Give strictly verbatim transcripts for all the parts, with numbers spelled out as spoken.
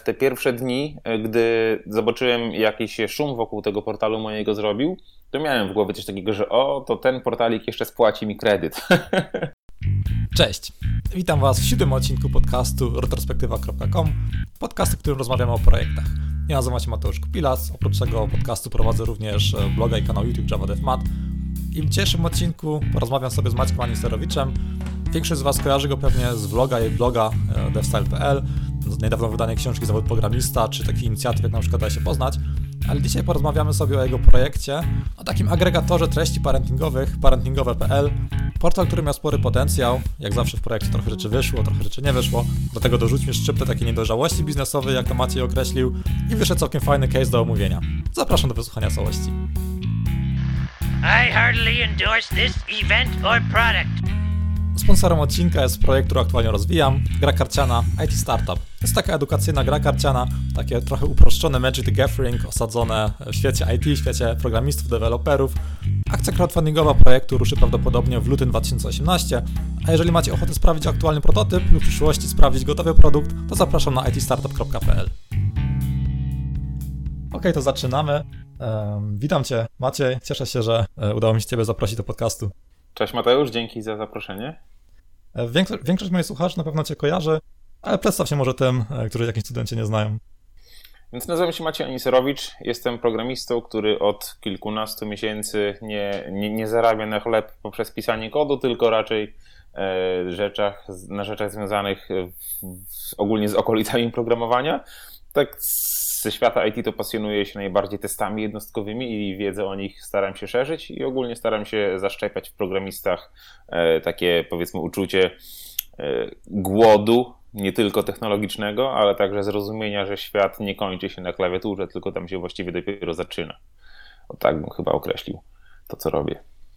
te pierwsze dni, gdy zobaczyłem jakiś się szum wokół tego portalu mojego zrobił, to miałem w głowie coś takiego, że o, to ten portalik jeszcze spłaci mi kredyt. Cześć, witam Was w siódmym odcinku podcastu retrospektywa kropka com, podcastu, w którym rozmawiamy o projektach. Ja nazywam się Mateusz Kupilas, oprócz tego podcastu prowadzę również bloga i kanał YouTube Java Dev Mat. I w dzisiejszym odcinku porozmawiam sobie z Maćkiem Aniserowiczem. Większość z Was kojarzy go pewnie z vloga i bloga devstyle kropka p l, z niedawno wydanej książki Zawód Programista, czy takich inicjatyw jak na przykład Da się poznać. Ale dzisiaj porozmawiamy sobie o jego projekcie, o takim agregatorze treści parentingowych, parentingowe kropka p l. Portal, który miał spory potencjał, jak zawsze w projekcie trochę rzeczy wyszło, trochę rzeczy nie wyszło. Do tego dorzućmy szczyptę takiej niedojrzałości biznesowej, jak to Maciej określił, i wyszedł całkiem fajny case do omówienia. Zapraszam do wysłuchania całości. I heartily endorse this event or product. Sponsorem odcinka jest projekt, który aktualnie rozwijam, gra karciana I T Startup. To jest taka edukacyjna gra karciana, takie trochę uproszczone Magic the Gathering, osadzone w świecie I T, w świecie programistów, deweloperów. Akcja crowdfundingowa projektu ruszy prawdopodobnie w lutym dwa tysiące osiemnastym, a jeżeli macie ochotę sprawdzić aktualny prototyp lub w przyszłości sprawdzić gotowy produkt, to zapraszam na i t startup kropka p l. Ok, to zaczynamy. Um, witam Cię, Maciej. Cieszę się, że udało mi się Ciebie zaprosić do podcastu. Cześć Mateusz, dzięki za zaproszenie. Większość, większość moich słuchaczy na pewno Cię kojarzy, ale przedstaw się może tym, którzy jakimś studencie nie znają. Więc nazywam się Maciej Aniserowicz, jestem programistą, który od kilkunastu miesięcy nie, nie, nie zarabia na chleb poprzez pisanie kodu, tylko raczej e, rzeczach, na rzeczach związanych w, ogólnie z okolicami programowania. Tak ze świata I T to pasjonuję się najbardziej testami jednostkowymi i wiedzę o nich staram się szerzyć i ogólnie staram się zaszczepiać w programistach e, takie, powiedzmy, uczucie e, głodu, nie tylko technologicznego, ale także zrozumienia, że świat nie kończy się na klawiaturze, tylko tam się właściwie dopiero zaczyna. O tak bym chyba określił to, co robię.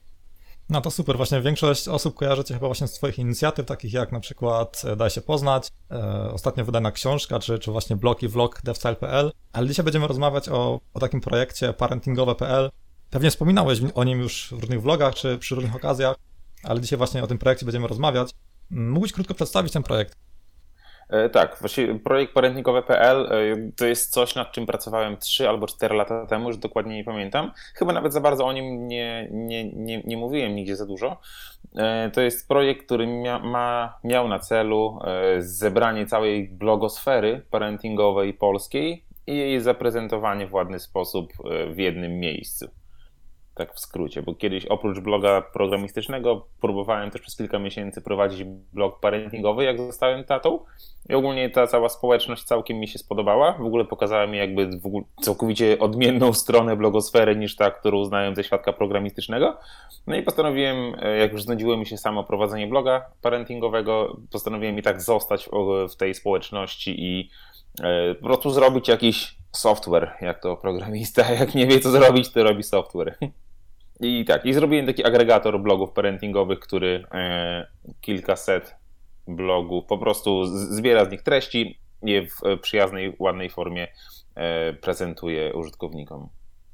No to super, właśnie większość osób kojarzy Cię chyba właśnie z Twoich inicjatyw, takich jak na przykład Da się poznać, e, ostatnio wydana książka, czy, czy właśnie blog i vlog devstyle kropka p l, ale dzisiaj będziemy rozmawiać o, o takim projekcie parentingowe kropka p l. Pewnie wspominałeś o nim już w różnych vlogach, czy przy różnych okazjach, ale dzisiaj właśnie o tym projekcie będziemy rozmawiać. Mógłbyś krótko przedstawić ten projekt? Tak, właściwie projekt parentingowe kropka p l to jest coś, nad czym pracowałem trzy albo cztery lata temu, już dokładnie nie pamiętam. Chyba nawet za bardzo o nim nie, nie, nie, nie mówiłem nigdzie za dużo. To jest projekt, który mia, ma, miał na celu zebranie całej blogosfery parentingowej polskiej i jej zaprezentowanie w ładny sposób w jednym miejscu. Tak w skrócie, bo kiedyś oprócz bloga programistycznego próbowałem też przez kilka miesięcy prowadzić blog parentingowy, jak zostałem tatą. I ogólnie ta cała społeczność całkiem mi się spodobała. W ogóle pokazała mi jakby w ogóle całkowicie odmienną stronę blogosfery niż ta, którą znałem ze świata programistycznego. No i postanowiłem, jak już znudziło mi się samo prowadzenie bloga parentingowego, postanowiłem i tak zostać w tej społeczności i po prostu zrobić jakiś software, jak to programista, jak nie wie co zrobić, to robi software. I tak, i zrobiłem taki agregator blogów parentingowych, który e, kilkaset blogów po prostu zbiera z nich treści i je w przyjaznej, ładnej formie e, prezentuje użytkownikom.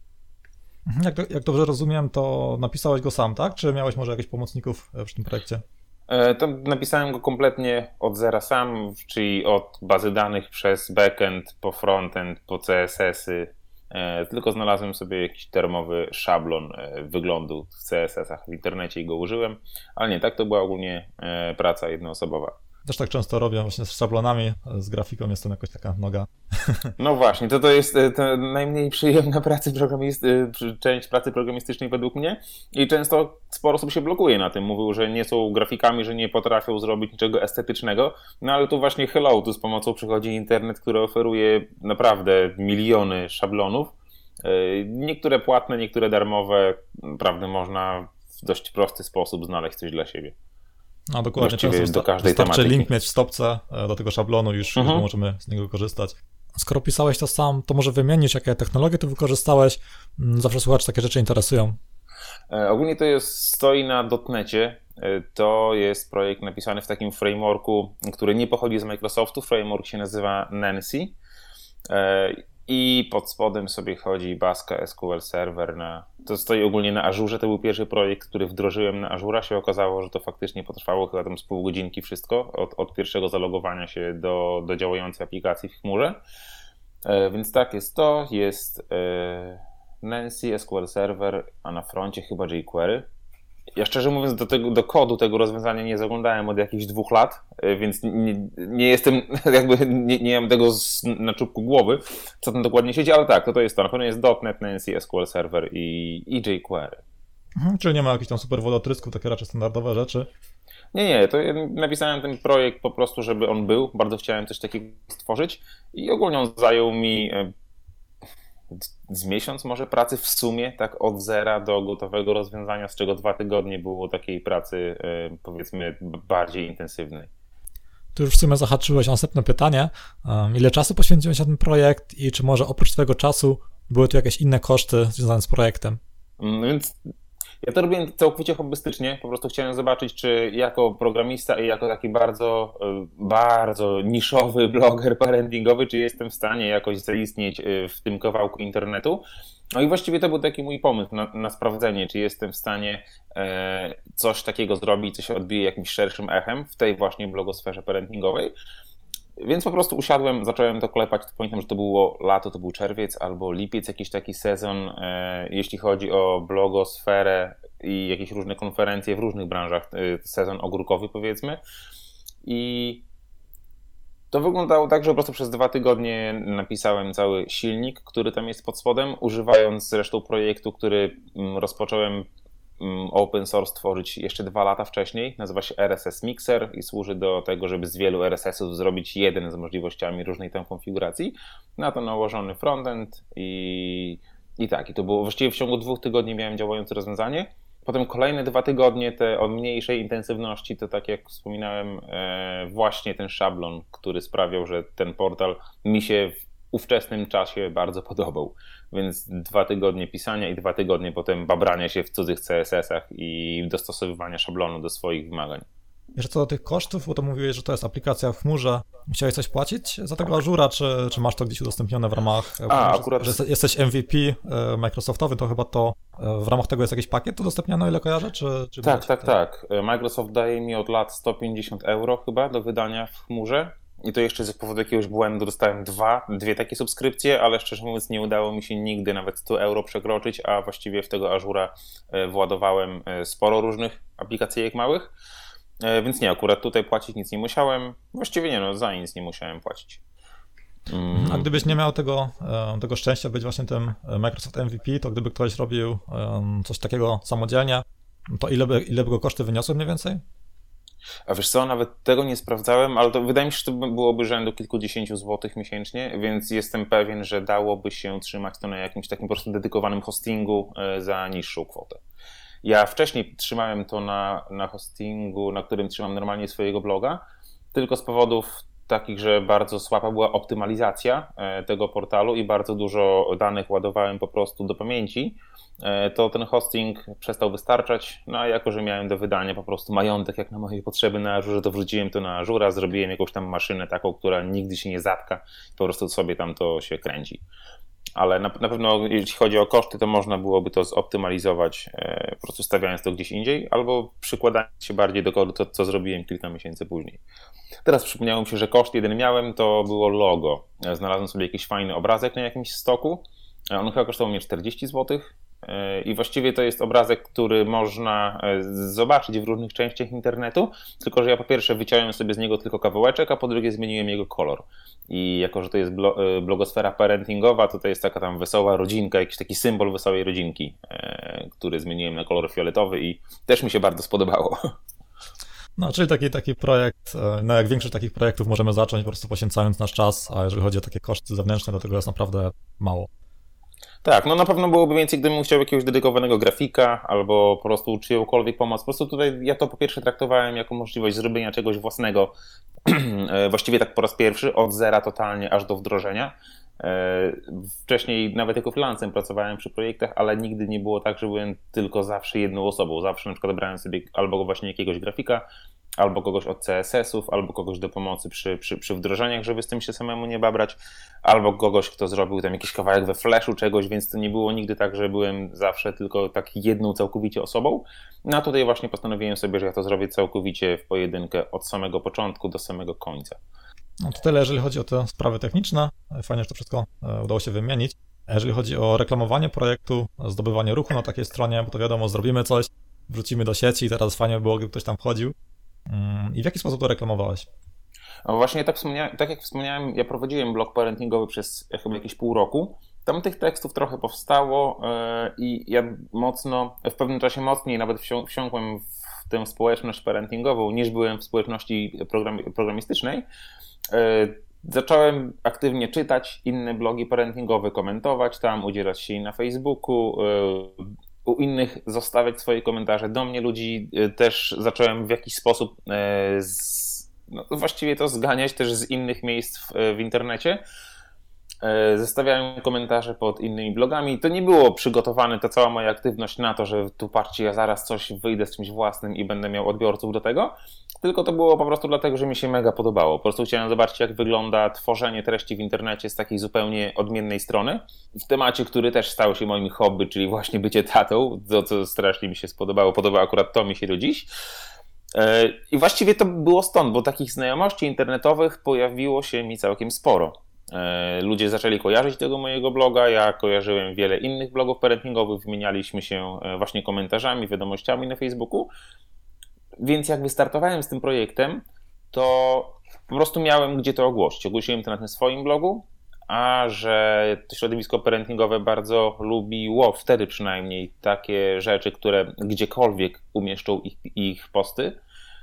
Jak, do, jak dobrze rozumiem, to napisałeś go sam, tak? Czy miałeś może jakichś pomocników przy tym projekcie? E, to napisałem go kompletnie od zera sam, czyli od bazy danych przez backend, po frontend, po C S S-y. Tylko znalazłem sobie jakiś termowy szablon wyglądu w C S S-ach w internecie i go użyłem, ale nie, tak to była ogólnie praca jednoosobowa. Też tak często robię właśnie z szablonami, z grafiką jest to jakoś taka noga. No właśnie, to to jest to najmniej przyjemna pracy programisty, część pracy programistycznej według mnie i często sporo osób się blokuje na tym. Mówił, że nie są grafikami, że nie potrafią zrobić niczego estetycznego, no ale tu właśnie hello, tu z pomocą przychodzi internet, który oferuje naprawdę miliony szablonów. Niektóre płatne, niektóre darmowe, naprawdę można w dość prosty sposób znaleźć coś dla siebie. No dokładnie, często do każdej wystarczy tematyki. link mieć w stopce do tego szablonu, już, uh-huh. już możemy z niego korzystać. Skoro pisałeś to sam, to może wymienisz, jakie technologie tu wykorzystałeś? Zawsze słuchacze takie rzeczy interesują. Ogólnie to jest, stoi na dotnecie. To jest projekt napisany w takim frameworku, który nie pochodzi z Microsoftu. Framework się nazywa Nancy. i pod spodem sobie chodzi Baska S Q L Server. Na, to stoi ogólnie na Azurze, to był pierwszy projekt, który wdrożyłem na Azura. Się okazało, że to faktycznie potrwało chyba tam z pół godzinki wszystko, od, od pierwszego zalogowania się do, do działającej aplikacji w chmurze. E, więc tak, jest to, jest e, Nancy, S Q L Server, a na froncie chyba jQuery. Ja szczerze mówiąc do, tego, do kodu tego rozwiązania nie zaglądałem od jakichś dwóch lat, więc nie, nie jestem, jakby nie, nie mam tego z, na czubku głowy, co tam dokładnie siedzi, ale tak, to, to jest to. Na pewno jest .dot net, Nancy, S Q L Server i, i jQuery. Mhm, czyli nie ma jakichś tam super wodotrysków, takie raczej standardowe rzeczy? Nie, nie, to ja napisałem ten projekt po prostu, żeby on był. Bardzo chciałem coś takiego stworzyć i ogólnie on zajął mi z miesiąc może pracy w sumie, tak od zera do gotowego rozwiązania, z czego dwa tygodnie było takiej pracy, powiedzmy, bardziej intensywnej. Tu już w sumie zahaczyłeś o następne pytanie. Ile czasu poświęciłeś na ten projekt i czy może oprócz tego czasu były tu jakieś inne koszty związane z projektem? No więc ja to robiłem całkowicie hobbystycznie, po prostu chciałem zobaczyć, czy jako programista i jako taki bardzo, bardzo niszowy bloger parentingowy, czy jestem w stanie jakoś zaistnieć w tym kawałku internetu. No i właściwie to był taki mój pomysł na, na sprawdzenie, czy jestem w stanie e, coś takiego zrobić, co się odbije jakimś szerszym echem w tej właśnie blogosferze parentingowej. Więc po prostu usiadłem, zacząłem to klepać, pamiętam, że to było lato, to był czerwiec albo lipiec, jakiś taki sezon, e, jeśli chodzi o blogosferę i jakieś różne konferencje w różnych branżach, e, sezon ogórkowy powiedzmy. I to wyglądało tak, że po prostu przez dwa tygodnie napisałem cały silnik, który tam jest pod spodem, używając zresztą projektu, który rozpocząłem open source tworzyć jeszcze dwa lata wcześniej. Nazywa się R S S Mixer i służy do tego, żeby z wielu R S S-ów zrobić jeden z możliwościami różnej tam konfiguracji. Na to nałożony frontend i, i tak. I to było właściwie w ciągu dwóch tygodni miałem działające rozwiązanie. Potem kolejne dwa tygodnie te o mniejszej intensywności, to tak jak wspominałem, właśnie ten szablon, który sprawiał, że ten portal mi się w ówczesnym czasie bardzo podobał. Więc dwa tygodnie pisania i dwa tygodnie potem babrania się w cudzych C S S-ach i dostosowywania szablonu do swoich wymagań. Jeszcze co do tych kosztów, bo to mówiłeś, że to jest aplikacja w chmurze. Musiałeś coś płacić za tego Azura, czy, czy masz to gdzieś udostępnione w ramach, A, że, akurat... że jesteś M V P Microsoftowy, to chyba to w ramach tego jest jakiś pakiet udostępniany, o ile kojarzę? Czy, czy tak, tak, tak. Microsoft daje mi od lat sto pięćdziesiąt euro chyba do wydania w chmurze. I to jeszcze z powodu jakiegoś błędu dostałem dwa, dwie takie subskrypcje, ale szczerze mówiąc nie udało mi się nigdy nawet sto euro przekroczyć, a właściwie w tego Azura władowałem sporo różnych aplikacyjek małych, więc nie, akurat tutaj płacić nic nie musiałem. Właściwie nie, no za nic nie musiałem płacić. A gdybyś nie miał tego, tego szczęścia być właśnie tym Microsoft M V P, to gdyby ktoś robił coś takiego samodzielnie, to ile by, ile by go koszty wyniosły mniej więcej? A wiesz co, nawet tego nie sprawdzałem, ale to wydaje mi się, że to byłoby rzędu kilkudziesięciu złotych miesięcznie, więc jestem pewien, że dałoby się trzymać to na jakimś takim po prostu dedykowanym hostingu za niższą kwotę. Ja wcześniej trzymałem to na, na hostingu, na którym trzymam normalnie swojego bloga, tylko z powodów takich, że bardzo słaba była optymalizacja tego portalu i bardzo dużo danych ładowałem po prostu do pamięci, to ten hosting przestał wystarczać, no a jako, że miałem do wydania po prostu majątek jak na moje potrzeby na Azurze, to wrzuciłem to na Azura, zrobiłem jakąś tam maszynę taką, która nigdy się nie zatka, po prostu sobie tam to się kręci. Ale na, na pewno jeśli chodzi o koszty, to można byłoby to zoptymalizować, e, po prostu stawiając to gdzieś indziej, albo przykładając się bardziej do kodu, to, co zrobiłem kilka miesięcy później. Teraz przypomniało mi się, że koszt jeden miałem, to było logo. Znalazłem sobie jakiś fajny obrazek na jakimś stoku, on chyba kosztował mnie czterdzieści złotych. I właściwie to jest obrazek, który można zobaczyć w różnych częściach internetu, tylko że ja po pierwsze wyciąłem sobie z niego tylko kawałeczek, a po drugie zmieniłem jego kolor. I jako, że to jest blogosfera parentingowa, to to jest taka tam wesoła rodzinka, jakiś taki symbol wesołej rodzinki, który zmieniłem na kolor fioletowy i też mi się bardzo spodobało. No, czyli taki, taki projekt, no jak większość takich projektów możemy zacząć po prostu poświęcając nasz czas, a jeżeli chodzi o takie koszty zewnętrzne, to tego jest naprawdę mało. Tak, no na pewno byłoby więcej, gdybym chciał jakiegoś dedykowanego grafika albo po prostu czyjąkolwiek pomoc. Po prostu tutaj ja to po pierwsze traktowałem jako możliwość zrobienia czegoś własnego, właściwie tak po raz pierwszy, od zera totalnie aż do wdrożenia. Wcześniej nawet jako freelancem pracowałem przy projektach, ale nigdy nie było tak, że byłem tylko zawsze jedną osobą. Zawsze na przykład brałem sobie albo właśnie jakiegoś grafika, albo kogoś od C S S ów, albo kogoś do pomocy przy, przy, przy wdrożeniach, żeby z tym się samemu nie babrać, albo kogoś, kto zrobił tam jakiś kawałek we Flashu czegoś, więc to nie było nigdy tak, że byłem zawsze tylko tak jedną całkowicie osobą. No a tutaj właśnie postanowiłem sobie, że ja to zrobię całkowicie w pojedynkę od samego początku do samego końca. No to tyle, jeżeli chodzi o te sprawy techniczne. Fajnie, że to wszystko udało się wymienić. A jeżeli chodzi o reklamowanie projektu, zdobywanie ruchu na takiej stronie, bo to wiadomo, zrobimy coś, wrzucimy do sieci i teraz fajnie by było, gdyby ktoś tam wchodził. I w jaki sposób to reklamowałeś? No właśnie tak, tak jak wspomniałem, ja prowadziłem blog parentingowy przez chyba jakieś pół roku. Tam tych tekstów trochę powstało i ja mocno, w pewnym czasie mocniej nawet wsiąkłem w tę społeczność parentingową, niż byłem w społeczności program- programistycznej. Zacząłem aktywnie czytać inne blogi parentingowe, komentować tam, udzielać się na Facebooku, u innych zostawiać swoje komentarze. Do mnie ludzi też zacząłem w jakiś sposób z, no właściwie to zganiać też z innych miejsc w, w internecie. Zostawiałem komentarze pod innymi blogami. To nie było przygotowane, ta cała moja aktywność na to, że tu patrzcie, ja zaraz coś wyjdę z czymś własnym i będę miał odbiorców do tego, tylko to było po prostu dlatego, że mi się mega podobało. Po prostu chciałem zobaczyć, jak wygląda tworzenie treści w internecie z takiej zupełnie odmiennej strony. W temacie, który też stał się moim hobby, czyli właśnie bycie tatą, to co strasznie mi się spodobało. Podoba akurat to mi się do dziś. I właściwie to było stąd, bo takich znajomości internetowych pojawiło się mi całkiem sporo. Ludzie zaczęli kojarzyć tego mojego bloga, ja kojarzyłem wiele innych blogów parentingowych, wymienialiśmy się właśnie komentarzami, wiadomościami na Facebooku, więc jak wystartowałem z tym projektem, to po prostu miałem gdzie to ogłosić. Ogłosiłem to na tym swoim blogu, a że to środowisko parentingowe bardzo lubiło, wtedy przynajmniej, takie rzeczy, które gdziekolwiek umieszczą ich, ich posty,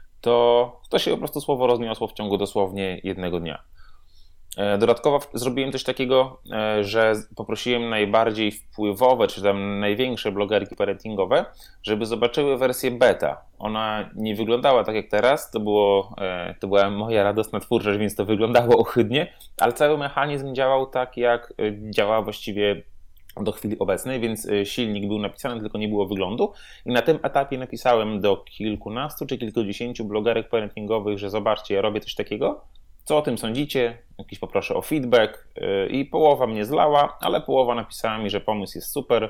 to to się po prostu słowo rozniosło w ciągu dosłownie jednego dnia. Dodatkowo zrobiłem coś takiego, że poprosiłem najbardziej wpływowe, czy tam największe blogerki parentingowe, żeby zobaczyły wersję beta. Ona nie wyglądała tak jak teraz, to, było, to była moja radosna twórczość, więc to wyglądało ohydnie, ale cały mechanizm działał tak, jak działa właściwie do chwili obecnej, więc silnik był napisany, tylko nie było wyglądu. I na tym etapie napisałem do kilkunastu czy kilkudziesięciu blogerek parentingowych, że zobaczcie, ja robię coś takiego, co o tym sądzicie? Jakiś poproszę o feedback i połowa mnie zlała, ale połowa napisała mi, że pomysł jest super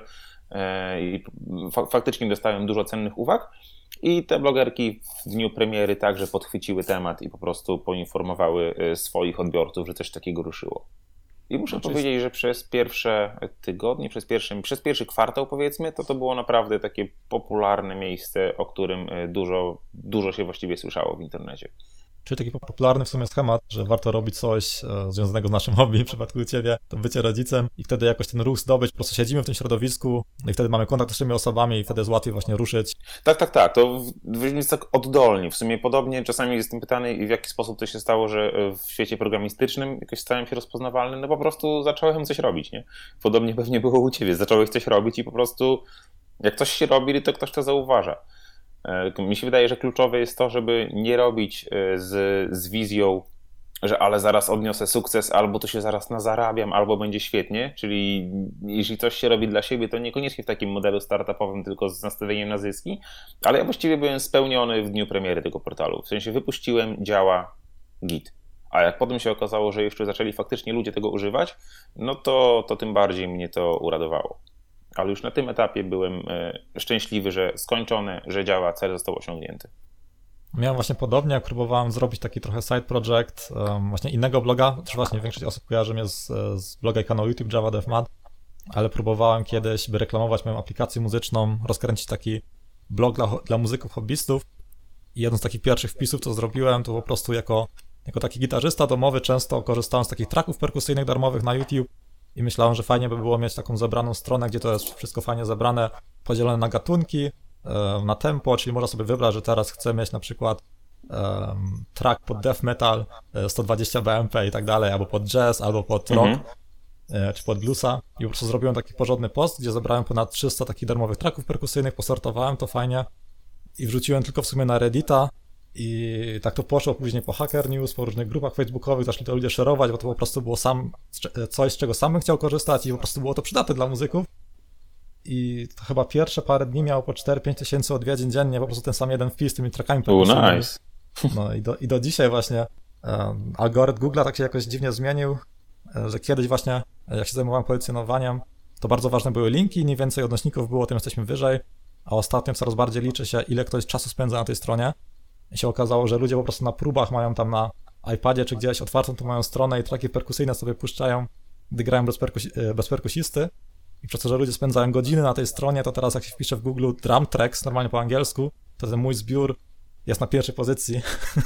i faktycznie dostałem dużo cennych uwag i te blogerki w dniu premiery także podchwyciły temat i po prostu poinformowały swoich odbiorców, że coś takiego ruszyło. I muszę no, powiedzieć, że przez pierwsze tygodnie, przez pierwszy, przez pierwszy kwartał powiedzmy, to to było naprawdę takie popularne miejsce, o którym dużo, dużo się właściwie słyszało w internecie. Czyli taki popularny w sumie schemat, że warto robić coś e, związanego z naszym hobby, w przypadku ciebie to bycie rodzicem i wtedy jakoś ten ruch zdobyć, po prostu siedzimy w tym środowisku i wtedy mamy kontakt z tymi osobami i wtedy jest łatwiej właśnie ruszyć. Tak, tak, tak, to jest tak oddolnie, w sumie podobnie, czasami jestem pytany, w jaki sposób to się stało, że w świecie programistycznym jakoś stałem się rozpoznawalny, no po prostu zacząłem coś robić, nie? Podobnie pewnie było u ciebie, zacząłeś coś robić i po prostu jak coś się robi, to ktoś to zauważa. Mi się wydaje, że kluczowe jest to, żeby nie robić z, z wizją, że ale zaraz odniosę sukces, albo to się zaraz nazarabiam, albo będzie świetnie, czyli jeśli coś się robi dla siebie, to niekoniecznie w takim modelu startupowym, tylko z nastawieniem na zyski, ale ja właściwie byłem spełniony w dniu premiery tego portalu, w sensie wypuściłem, działa, git. A jak potem się okazało, że jeszcze zaczęli faktycznie ludzie tego używać, no to, to tym bardziej mnie to uradowało. Ale już na tym etapie byłem szczęśliwy, że skończone, że działa, cel został osiągnięty. Miałem właśnie podobnie, jak próbowałem zrobić taki trochę side project um, właśnie innego bloga, też właśnie większość osób kojarzy mnie z, z bloga i kanału YouTube Java Dev Mat, ale próbowałem kiedyś, by reklamować moją aplikację muzyczną, rozkręcić taki blog dla, dla muzyków, hobbystów i jeden z takich pierwszych wpisów, co zrobiłem, to po prostu jako, jako taki gitarzysta domowy często korzystałem z takich tracków perkusyjnych darmowych na YouTube i myślałem, że fajnie by było mieć taką zebraną stronę, gdzie to jest wszystko fajnie zebrane, podzielone na gatunki, na tempo, czyli można sobie wybrać, że teraz chcę mieć na przykład um, track pod death metal sto dwadzieścia B M P i tak dalej, albo pod jazz, albo pod rock, mhm. czy pod bluesa i po prostu zrobiłem taki porządny post, gdzie zebrałem ponad trzysta takich darmowych tracków perkusyjnych, posortowałem to fajnie i wrzuciłem tylko w sumie na Reddita i tak to poszło później po Hacker News, po różnych grupach facebookowych, zaczęli to ludzie szerować, bo to po prostu było sam coś, z czego sam bym chciał korzystać i po prostu było to przydatne dla muzyków. I to chyba pierwsze parę dni miało po cztery pięć tysięcy odwiedzin dziennie, po prostu ten sam jeden wpis z tymi trackami perkusyjnymi. Nice. No i do, i do dzisiaj właśnie um, algorytm Google'a tak się jakoś dziwnie zmienił, że kiedyś właśnie, jak się zajmowałem pozycjonowaniem, to bardzo ważne były linki, im więcej odnośników było, tym jesteśmy wyżej, a ostatnio coraz bardziej liczy się, ile ktoś czasu spędza na tej stronie. I się okazało, że ludzie po prostu na próbach mają tam na iPadzie czy gdzieś otwartą tą moją stronę i traki perkusyjne sobie puszczają, gdy grają bez, perkusi- bez perkusisty. I przez to, że ludzie spędzają godziny na tej stronie, to teraz jak się wpisze w Google drum tracks, normalnie po angielsku, to ten mój zbiór jest na pierwszej pozycji.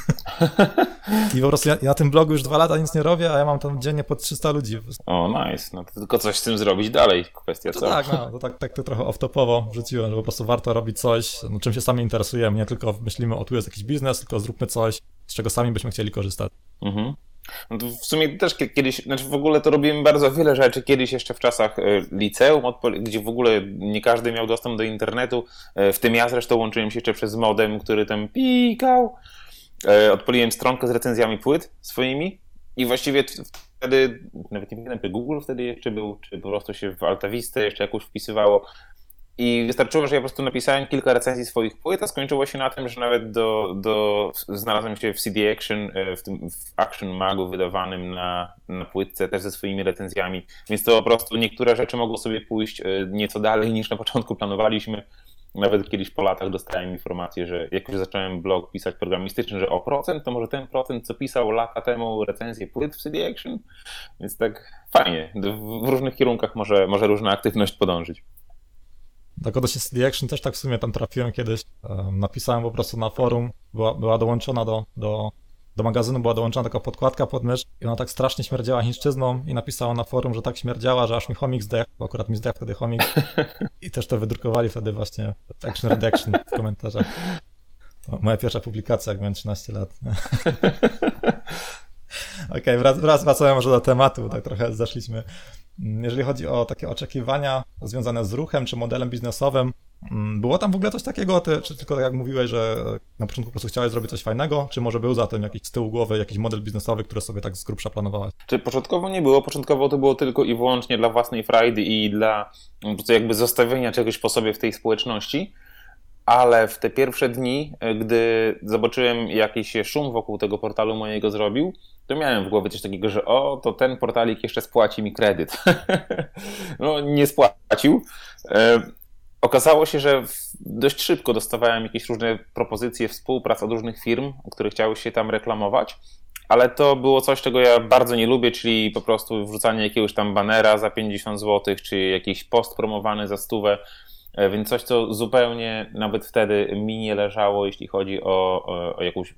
I po prostu ja, ja na tym blogu już dwa lata nic nie robię, a ja mam tam dziennie po trzysta ludzi. O, nice. No to tylko coś z tym zrobić dalej. Kwestia To co? tak, no, to tak, tak to trochę off-topowo wrzuciłem, że po prostu warto robić coś, no, czym się sami interesujemy. Nie tylko myślimy, o tu jest jakiś biznes, tylko zróbmy coś, z czego sami byśmy chcieli korzystać. Mhm. No to w sumie też kiedyś, znaczy w ogóle to robiłem bardzo wiele rzeczy kiedyś jeszcze w czasach liceum, gdzie w ogóle nie każdy miał dostęp do internetu. W tym ja zresztą łączyłem się jeszcze przez modem, który tam pikał. Odpaliłem stronkę z recenzjami płyt swoimi i właściwie wtedy, nawet nie pamiętam, Google wtedy jeszcze był, czy po prostu się w Altavistę jeszcze jakoś wpisywało. I wystarczyło, że ja po prostu napisałem kilka recenzji swoich płyt, a skończyło się na tym, że nawet do, do, znalazłem się w C D Action, w tym w Action Magu wydawanym na, na płytce też ze swoimi recenzjami. Więc to po prostu niektóre rzeczy mogło sobie pójść nieco dalej niż na początku planowaliśmy. Nawet kiedyś po latach dostałem informację, że jak już zacząłem blog pisać programistyczny, że o procent, to może ten procent, co pisał lata temu recenzję płyt w C D Action. Więc tak fajnie, w różnych kierunkach może, może różna aktywność podążyć. Tak odnośnie C D Action też tak w sumie tam trafiłem kiedyś. Napisałem po prostu na forum, była, była dołączona do, do, do magazynu, była dołączona taka podkładka pod mysz i ona tak strasznie śmierdziała chińszczyzną i napisała na forum, że tak śmierdziała, że aż mi chomik zdechł, bo akurat mi zdechł wtedy chomik i też to wydrukowali wtedy właśnie Action Redaction w komentarzach. To moja pierwsza publikacja, jak miałem trzynaście lat. Okej, okay, wrac, wrac, wracamy może do tematu, tak trochę zeszliśmy. Jeżeli chodzi o takie oczekiwania związane z ruchem czy modelem biznesowym, było tam w ogóle coś takiego, ty, czy tylko tak jak mówiłeś, że na początku po prostu chciałeś zrobić coś fajnego, czy może był za tym jakiś z tyłu głowy, jakiś model biznesowy, który sobie tak z grubsza planowałeś? Czy początkowo nie było, początkowo to było tylko i wyłącznie dla własnej frajdy i dla po prostu jakby zostawienia czegoś po sobie w tej społeczności, ale w te pierwsze dni, gdy zobaczyłem jakiś szum wokół tego portalu mojego zrobił, to miałem w głowie coś takiego, że o, to ten portalik jeszcze spłaci mi kredyt. No, nie spłacił. E, okazało się, że dość szybko dostawałem jakieś różne propozycje współprac od różnych firm, które chciały się tam reklamować, ale to było coś, czego ja bardzo nie lubię, czyli po prostu wrzucanie jakiegoś tam banera za pięćdziesiąt złotych, czy jakiś post promowany za stówę. Więc coś, co zupełnie nawet wtedy mi nie leżało, jeśli chodzi o, o, o jakąś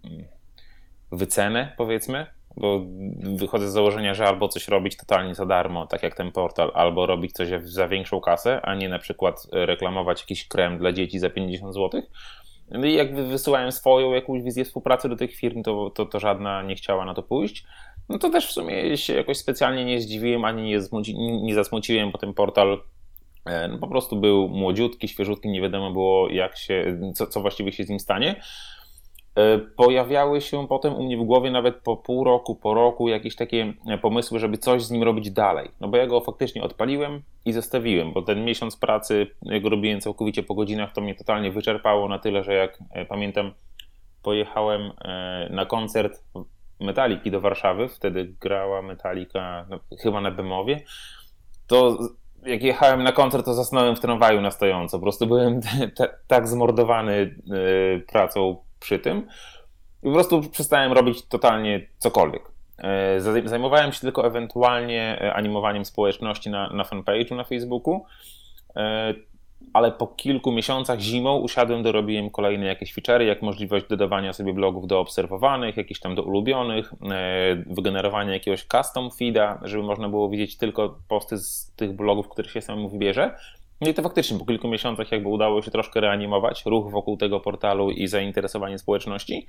wycenę, powiedzmy, bo wychodzę z założenia, że albo coś robić totalnie za darmo, tak jak ten portal, albo robić coś za większą kasę, a nie na przykład reklamować jakiś krem dla dzieci za pięćdziesiąt złotych. No i jak wysyłałem swoją jakąś wizję współpracy do tych firm, to, to, to żadna nie chciała na to pójść. No to też w sumie się jakoś specjalnie nie zdziwiłem, ani nie, zmuci, nie zasmuciłem, bo ten portal no po prostu był młodziutki, świeżutki, nie wiadomo było jak się, co, co właściwie się z nim stanie. Pojawiały się potem u mnie w głowie nawet po pół roku, po roku jakieś takie pomysły, żeby coś z nim robić dalej. No bo ja go faktycznie odpaliłem i zostawiłem, bo ten miesiąc pracy, jak go robiłem całkowicie po godzinach, to mnie totalnie wyczerpało na tyle, że jak pamiętam, pojechałem na koncert Metaliki do Warszawy, wtedy grała Metallica no, chyba na Bemowie, to jak jechałem na koncert, to zasnąłem w tramwaju na stojąco. Po prostu byłem t- t- tak zmordowany y, pracą przy tym i po prostu przestałem robić totalnie cokolwiek. Y, zajmowałem się tylko ewentualnie animowaniem społeczności na, na fanpage'u na Facebooku, y, ale po kilku miesiącach zimą usiadłem, dorobiłem kolejne jakieś feature'y, jak możliwość dodawania sobie blogów do obserwowanych, jakieś tam do ulubionych, wygenerowania jakiegoś custom feeda, żeby można było widzieć tylko posty z tych blogów, których się samemu wybierze. No i to faktycznie po kilku miesiącach jakby udało się troszkę reanimować ruch wokół tego portalu i zainteresowanie społeczności.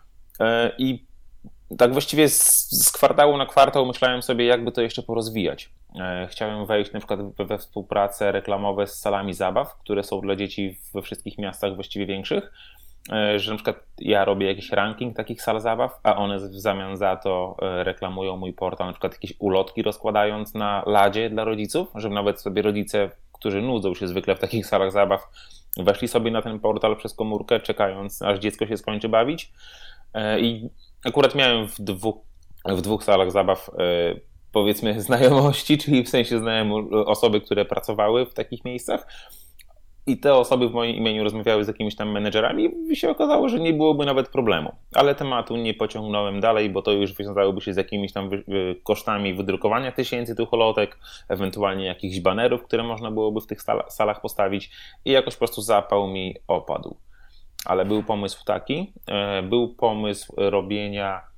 I tak właściwie z, z kwartału na kwartał myślałem sobie, jakby to jeszcze porozwijać. Chciałem wejść na przykład we współpracę reklamowe z salami zabaw, które są dla dzieci we wszystkich miastach właściwie większych, że na przykład ja robię jakiś ranking takich sal zabaw, a one w zamian za to reklamują mój portal, na przykład jakieś ulotki rozkładając na ladzie dla rodziców, żeby nawet sobie rodzice, którzy nudzą się zwykle w takich salach zabaw, weszli sobie na ten portal przez komórkę, czekając aż dziecko się skończy bawić. I akurat miałem w dwóch, w dwóch salach zabaw powiedzmy znajomości, czyli w sensie znałem osoby, które pracowały w takich miejscach. I te osoby w moim imieniu rozmawiały z jakimiś tam menedżerami i się okazało, że nie byłoby nawet problemu. Ale tematu nie pociągnąłem dalej, bo to już wiązałoby się z jakimiś tam kosztami wydrukowania tysięcy tych ulotek, ewentualnie jakichś banerów, które można byłoby w tych salach postawić i jakoś po prostu zapał mi opadł. Ale był pomysł taki, był pomysł robienia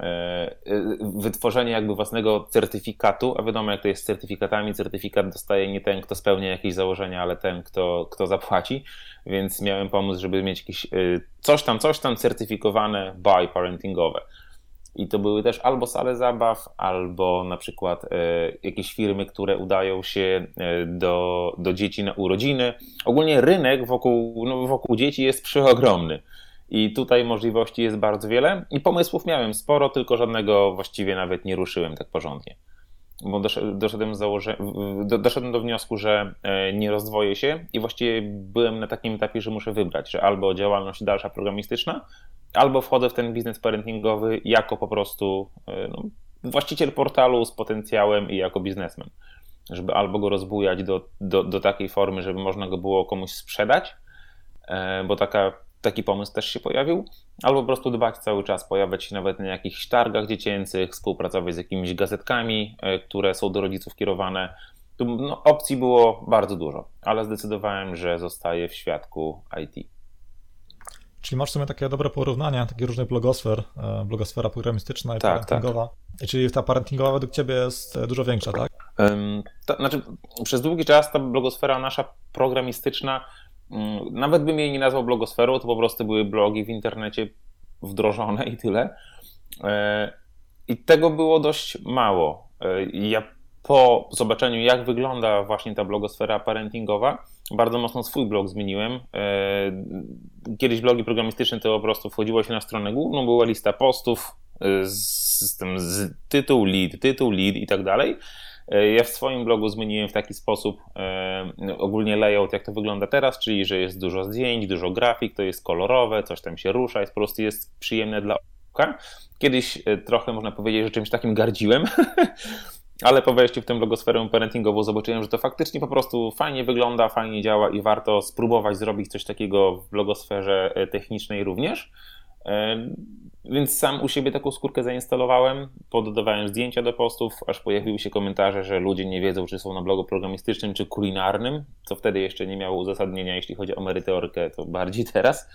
wytworzenie jakby własnego certyfikatu, a wiadomo jak to jest z certyfikatami, certyfikat dostaje nie ten, kto spełnia jakieś założenia, ale ten, kto, kto zapłaci, więc miałem pomysł, żeby mieć jakieś coś tam, coś tam certyfikowane by parentingowe. I to były też albo sale zabaw, albo na przykład jakieś firmy, które udają się do, do dzieci na urodziny. Ogólnie rynek wokół, no wokół dzieci jest przeogromny. I tutaj możliwości jest bardzo wiele i pomysłów miałem sporo, tylko żadnego właściwie nawet nie ruszyłem tak porządnie. Bo doszedłem, założe... doszedłem do wniosku, że nie rozdwoję się i właściwie byłem na takim etapie, że muszę wybrać, że albo działalność dalsza programistyczna, albo wchodzę w ten biznes parentingowy jako po prostu no, właściciel portalu z potencjałem i jako biznesmen. Żeby albo go rozbujać do, do, do takiej formy, żeby można go było komuś sprzedać, bo taka Taki pomysł też się pojawił, albo po prostu dbać cały czas, pojawiać się nawet na jakichś targach dziecięcych, współpracować z jakimiś gazetkami, które są do rodziców kierowane. Tu no, opcji było bardzo dużo, ale zdecydowałem, że zostaję w świadku I T. Czyli masz w sumie takie dobre porównania, takie różne blogosfer, blogosfera programistyczna i tak, parentingowa. Tak. I czyli ta parentingowa według ciebie jest dużo większa, tak? Um, to, znaczy, przez długi czas ta blogosfera nasza programistyczna, nawet bym jej nie nazwał blogosferą, to po prostu były blogi w internecie wdrożone i tyle. I tego było dość mało. Ja po zobaczeniu, jak wygląda właśnie ta blogosfera parentingowa, bardzo mocno swój blog zmieniłem. Kiedyś blogi programistyczne to po prostu wchodziło się na stronę główną, była lista postów z, tym, z tytuł, lead, tytuł, lead i tak dalej. Ja w swoim blogu zmieniłem w taki sposób e, ogólnie layout, jak to wygląda teraz, czyli że jest dużo zdjęć, dużo grafik, to jest kolorowe, coś tam się rusza, jest po prostu jest przyjemne dla oka. Kiedyś e, trochę można powiedzieć, że czymś takim gardziłem, ale po wejściu w tę blogosferę parentingową zobaczyłem, że to faktycznie po prostu fajnie wygląda, fajnie działa i warto spróbować zrobić coś takiego w blogosferze technicznej również. Więc sam u siebie taką skórkę zainstalowałem, poddawałem zdjęcia do postów, aż pojawiły się komentarze, że ludzie nie wiedzą, czy są na blogu programistycznym, czy kulinarnym, co wtedy jeszcze nie miało uzasadnienia, jeśli chodzi o merytorykę, to bardziej teraz.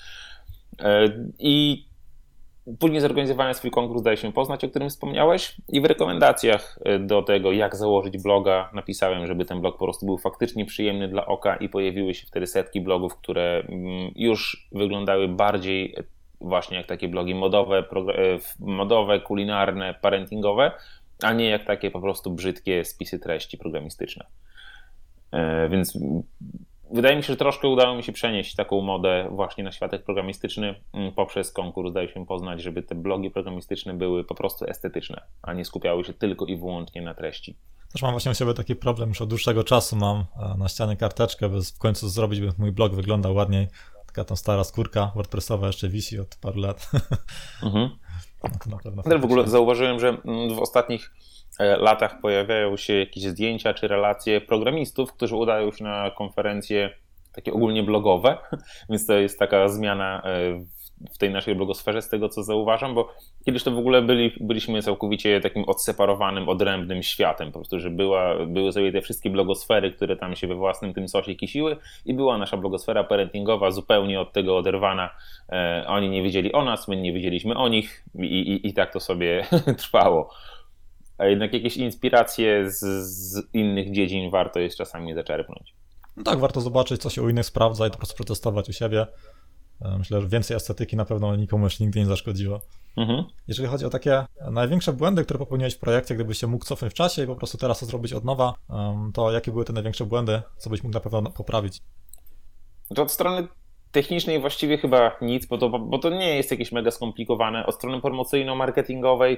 I później zorganizowałem swój konkurs Daj się poznać, o którym wspomniałeś, i w rekomendacjach do tego, jak założyć bloga, napisałem, żeby ten blog po prostu był faktycznie przyjemny dla oka i pojawiły się wtedy setki blogów, które już wyglądały bardziej właśnie jak takie blogi modowe, modowe, kulinarne, parentingowe, a nie jak takie po prostu brzydkie spisy treści programistyczne. Więc wydaje mi się, że troszkę udało mi się przenieść taką modę właśnie na światek programistyczny poprzez konkurs Daj się poznać, żeby te blogi programistyczne były po prostu estetyczne, a nie skupiały się tylko i wyłącznie na treści. Też mam właśnie u siebie taki problem, już od dłuższego czasu mam na ścianie karteczkę, by w końcu zrobić, by mój blog wyglądał ładniej. Taka tam stara skórka WordPressowa jeszcze wisi od paru lat. Mhm. No to na pewno w ogóle zauważyłem, że w ostatnich latach pojawiają się jakieś zdjęcia czy relacje programistów, którzy udają się na konferencje takie ogólnie blogowe, więc to jest taka zmiana w tej naszej blogosferze z tego, co zauważam, bo kiedyś to w ogóle byli, byliśmy całkowicie takim odseparowanym, odrębnym światem, po prostu, że była, były sobie te wszystkie blogosfery, które tam się we własnym tym sosie kisiły i była nasza blogosfera parentingowa zupełnie od tego oderwana. E, oni nie wiedzieli o nas, my nie wiedzieliśmy o nich i, i, i tak to sobie trwało. A jednak jakieś inspiracje z, z innych dziedzin warto jest czasami zaczerpnąć. No tak, warto zobaczyć, co się u innych sprawdza i to po prostu przetestować u siebie. Myślę, że więcej estetyki na pewno nikomu już nigdy nie zaszkodziło. Mhm. Jeżeli chodzi o takie największe błędy, które popełniłeś w projekcie, gdybyś się mógł cofnąć w czasie i po prostu teraz to zrobić od nowa, to jakie były te największe błędy, co byś mógł na pewno poprawić? To od strony technicznej właściwie chyba nic, bo to, bo to nie jest jakieś mega skomplikowane. Od strony promocyjno-marketingowej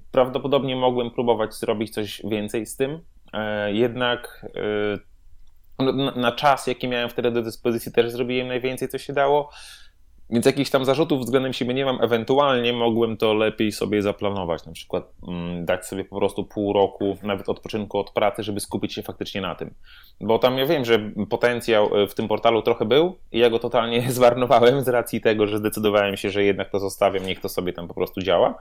prawdopodobnie mogłem próbować zrobić coś więcej z tym, jednak na, na czas, jaki miałem wtedy do dyspozycji, też zrobiłem najwięcej, co się dało. Więc jakichś tam zarzutów względem siebie nie mam. Ewentualnie mogłem to lepiej sobie zaplanować. Na przykład mm, dać sobie po prostu pół roku nawet odpoczynku od pracy, żeby skupić się faktycznie na tym. Bo tam ja wiem, że potencjał w tym portalu trochę był i ja go totalnie zmarnowałem z racji tego, że zdecydowałem się, że jednak to zostawiam, niech to sobie tam po prostu działa.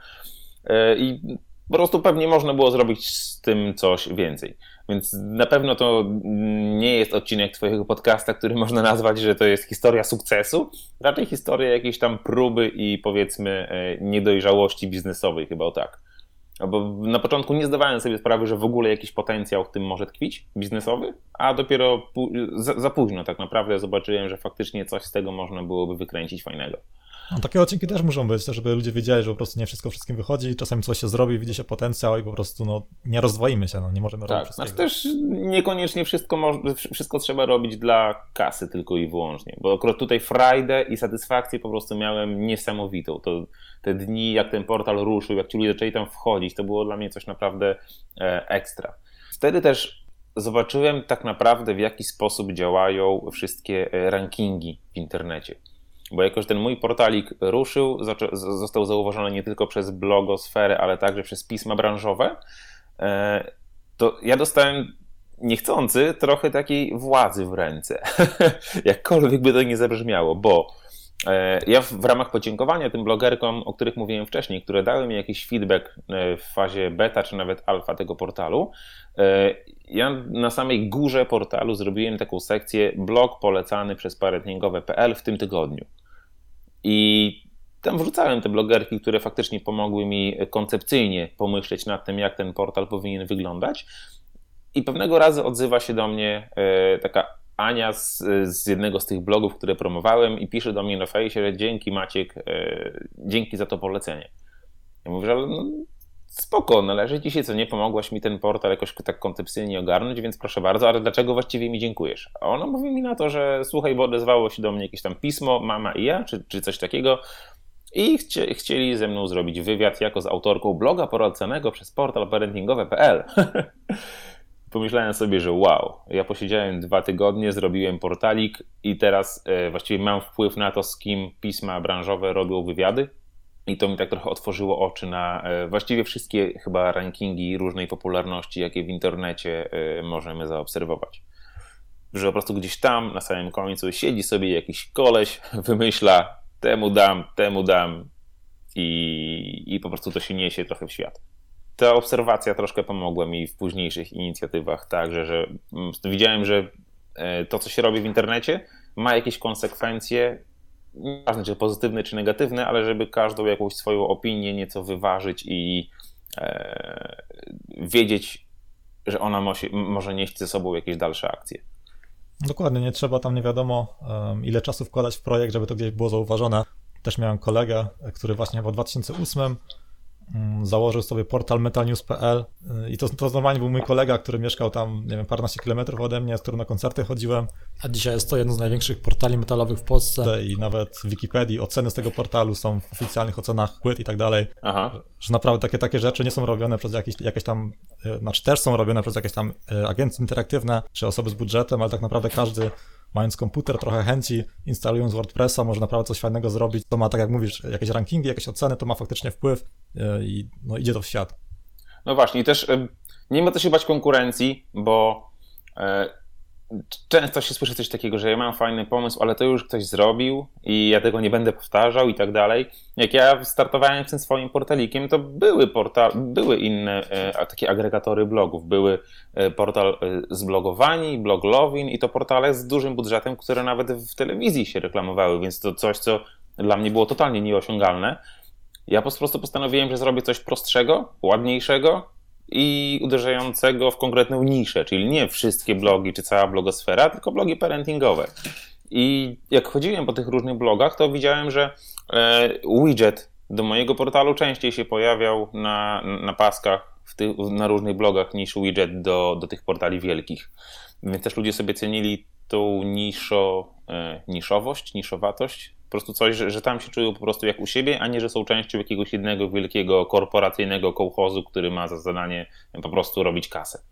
I po prostu pewnie można było zrobić z tym coś więcej. Więc na pewno to nie jest odcinek twojego podcasta, który można nazwać, że to jest historia sukcesu. Raczej historia jakiejś tam próby i powiedzmy niedojrzałości biznesowej, chyba o tak. Bo na początku nie zdawałem sobie sprawy, że w ogóle jakiś potencjał w tym może tkwić, biznesowy, a dopiero za, za późno tak naprawdę zobaczyłem, że faktycznie coś z tego można byłoby wykręcić fajnego. No, takie odcinki też muszą być, żeby ludzie wiedzieli, że po prostu nie wszystko wszystkim wychodzi, czasami coś się zrobi, widzi się potencjał i po prostu no, nie rozdwoimy się, no, nie możemy tak, robić wszystkiego. Znaczy też niekoniecznie wszystko, mo- wszystko trzeba robić dla kasy tylko i wyłącznie, bo akurat tutaj frajdę i satysfakcję po prostu miałem niesamowitą. To te dni, jak ten portal ruszył, jak ci ludzie zaczęli tam wchodzić, to było dla mnie coś naprawdę e, ekstra. Wtedy też zobaczyłem tak naprawdę, w jaki sposób działają wszystkie rankingi w internecie. Bo jakoś ten mój portalik ruszył, został zauważony nie tylko przez blogosferę, ale także przez pisma branżowe, to ja dostałem niechcący trochę takiej władzy w ręce. Jakkolwiek by to nie zabrzmiało, bo ja w ramach podziękowania tym blogerkom, o których mówiłem wcześniej, które dały mi jakiś feedback w fazie beta czy nawet alfa tego portalu, ja na samej górze portalu zrobiłem taką sekcję blog polecany przez parentingowe kropka p l w tym tygodniu. I tam wrzucałem te blogerki, które faktycznie pomogły mi koncepcyjnie pomyśleć nad tym, jak ten portal powinien wyglądać. I pewnego razu odzywa się do mnie taka Ania z, z jednego z tych blogów, które promowałem i pisze do mnie na fejsie, że dzięki Maciek, dzięki za to polecenie. Ja mówię, że no, spoko, należy ci się, co nie, pomogłaś mi ten portal jakoś tak koncepcyjnie ogarnąć, więc proszę bardzo, ale dlaczego właściwie mi dziękujesz? A ona mówi mi na to, że słuchaj, bo odezwało się do mnie jakieś tam pismo, mama i ja, czy, czy coś takiego i chcie, chcieli ze mną zrobić wywiad jako z autorką bloga polecanego przez portal parentingowe kropka p l. Pomyślałem sobie, że wow, ja posiedziałem dwa tygodnie, zrobiłem portalik i teraz e, właściwie mam wpływ na to, z kim pisma branżowe robią wywiady. I to mi tak trochę otworzyło oczy na właściwie wszystkie chyba rankingi różnej popularności, jakie w internecie możemy zaobserwować. Że po prostu gdzieś tam na samym końcu siedzi sobie jakiś koleś, wymyśla, temu dam, temu dam i, i po prostu to się niesie trochę w świat. Ta obserwacja troszkę pomogła mi w późniejszych inicjatywach także, że widziałem, że to, co się robi w internecie, ma jakieś konsekwencje, nieważne czy pozytywne, czy negatywne, ale żeby każdą jakąś swoją opinię nieco wyważyć i e, wiedzieć, że ona mosi, może nieść ze sobą jakieś dalsze akcje. Dokładnie, nie trzeba tam nie wiadomo um, ile czasu wkładać w projekt, żeby to gdzieś było zauważone. Też miałem kolegę, który właśnie w dwa tysiące ósmym założył sobie portal metalnews kropka p l i to, to normalnie był mój kolega, który mieszkał tam, nie wiem, paręnaście kilometrów ode mnie, z którym na koncerty chodziłem. A dzisiaj jest to jeden z największych portali metalowych w Polsce i nawet w Wikipedii oceny z tego portalu są w oficjalnych ocenach płyt i tak dalej. Aha. Że naprawdę takie, takie rzeczy nie są robione przez jakieś, jakieś tam, znaczy też są robione przez jakieś tam agencje interaktywne czy osoby z budżetem, ale tak naprawdę każdy, mając komputer, trochę chęci, instalując WordPressa, może naprawdę coś fajnego zrobić. To ma, tak jak mówisz, jakieś rankingi, jakieś oceny, to ma faktycznie wpływ i no, idzie to w świat. No właśnie, też nie ma co się bać konkurencji, bo często się słyszy coś takiego, że ja mam fajny pomysł, ale to już ktoś zrobił i ja tego nie będę powtarzał i tak dalej. Jak ja startowałem z tym swoim portalikiem, to były, portal, były inne e, takie agregatory blogów. Były e, portal e, Zblogowani, Blog Lovin i to portale z dużym budżetem, które nawet w telewizji się reklamowały, więc to coś, co dla mnie było totalnie nieosiągalne. Ja po prostu postanowiłem, że zrobię coś prostszego, ładniejszego i uderzającego w konkretną niszę, czyli nie wszystkie blogi czy cała blogosfera, tylko blogi parentingowe. I jak chodziłem po tych różnych blogach, to widziałem, że widget do mojego portalu częściej się pojawiał na, na paskach w ty, na różnych blogach niż widget do, do tych portali wielkich. Więc też ludzie sobie cenili tą niszo, niszowość, niszowatość, po prostu coś, że, że tam się czują po prostu jak u siebie, a nie, że są częścią jakiegoś jednego wielkiego korporacyjnego kołchozu, który ma za zadanie po prostu robić kasę.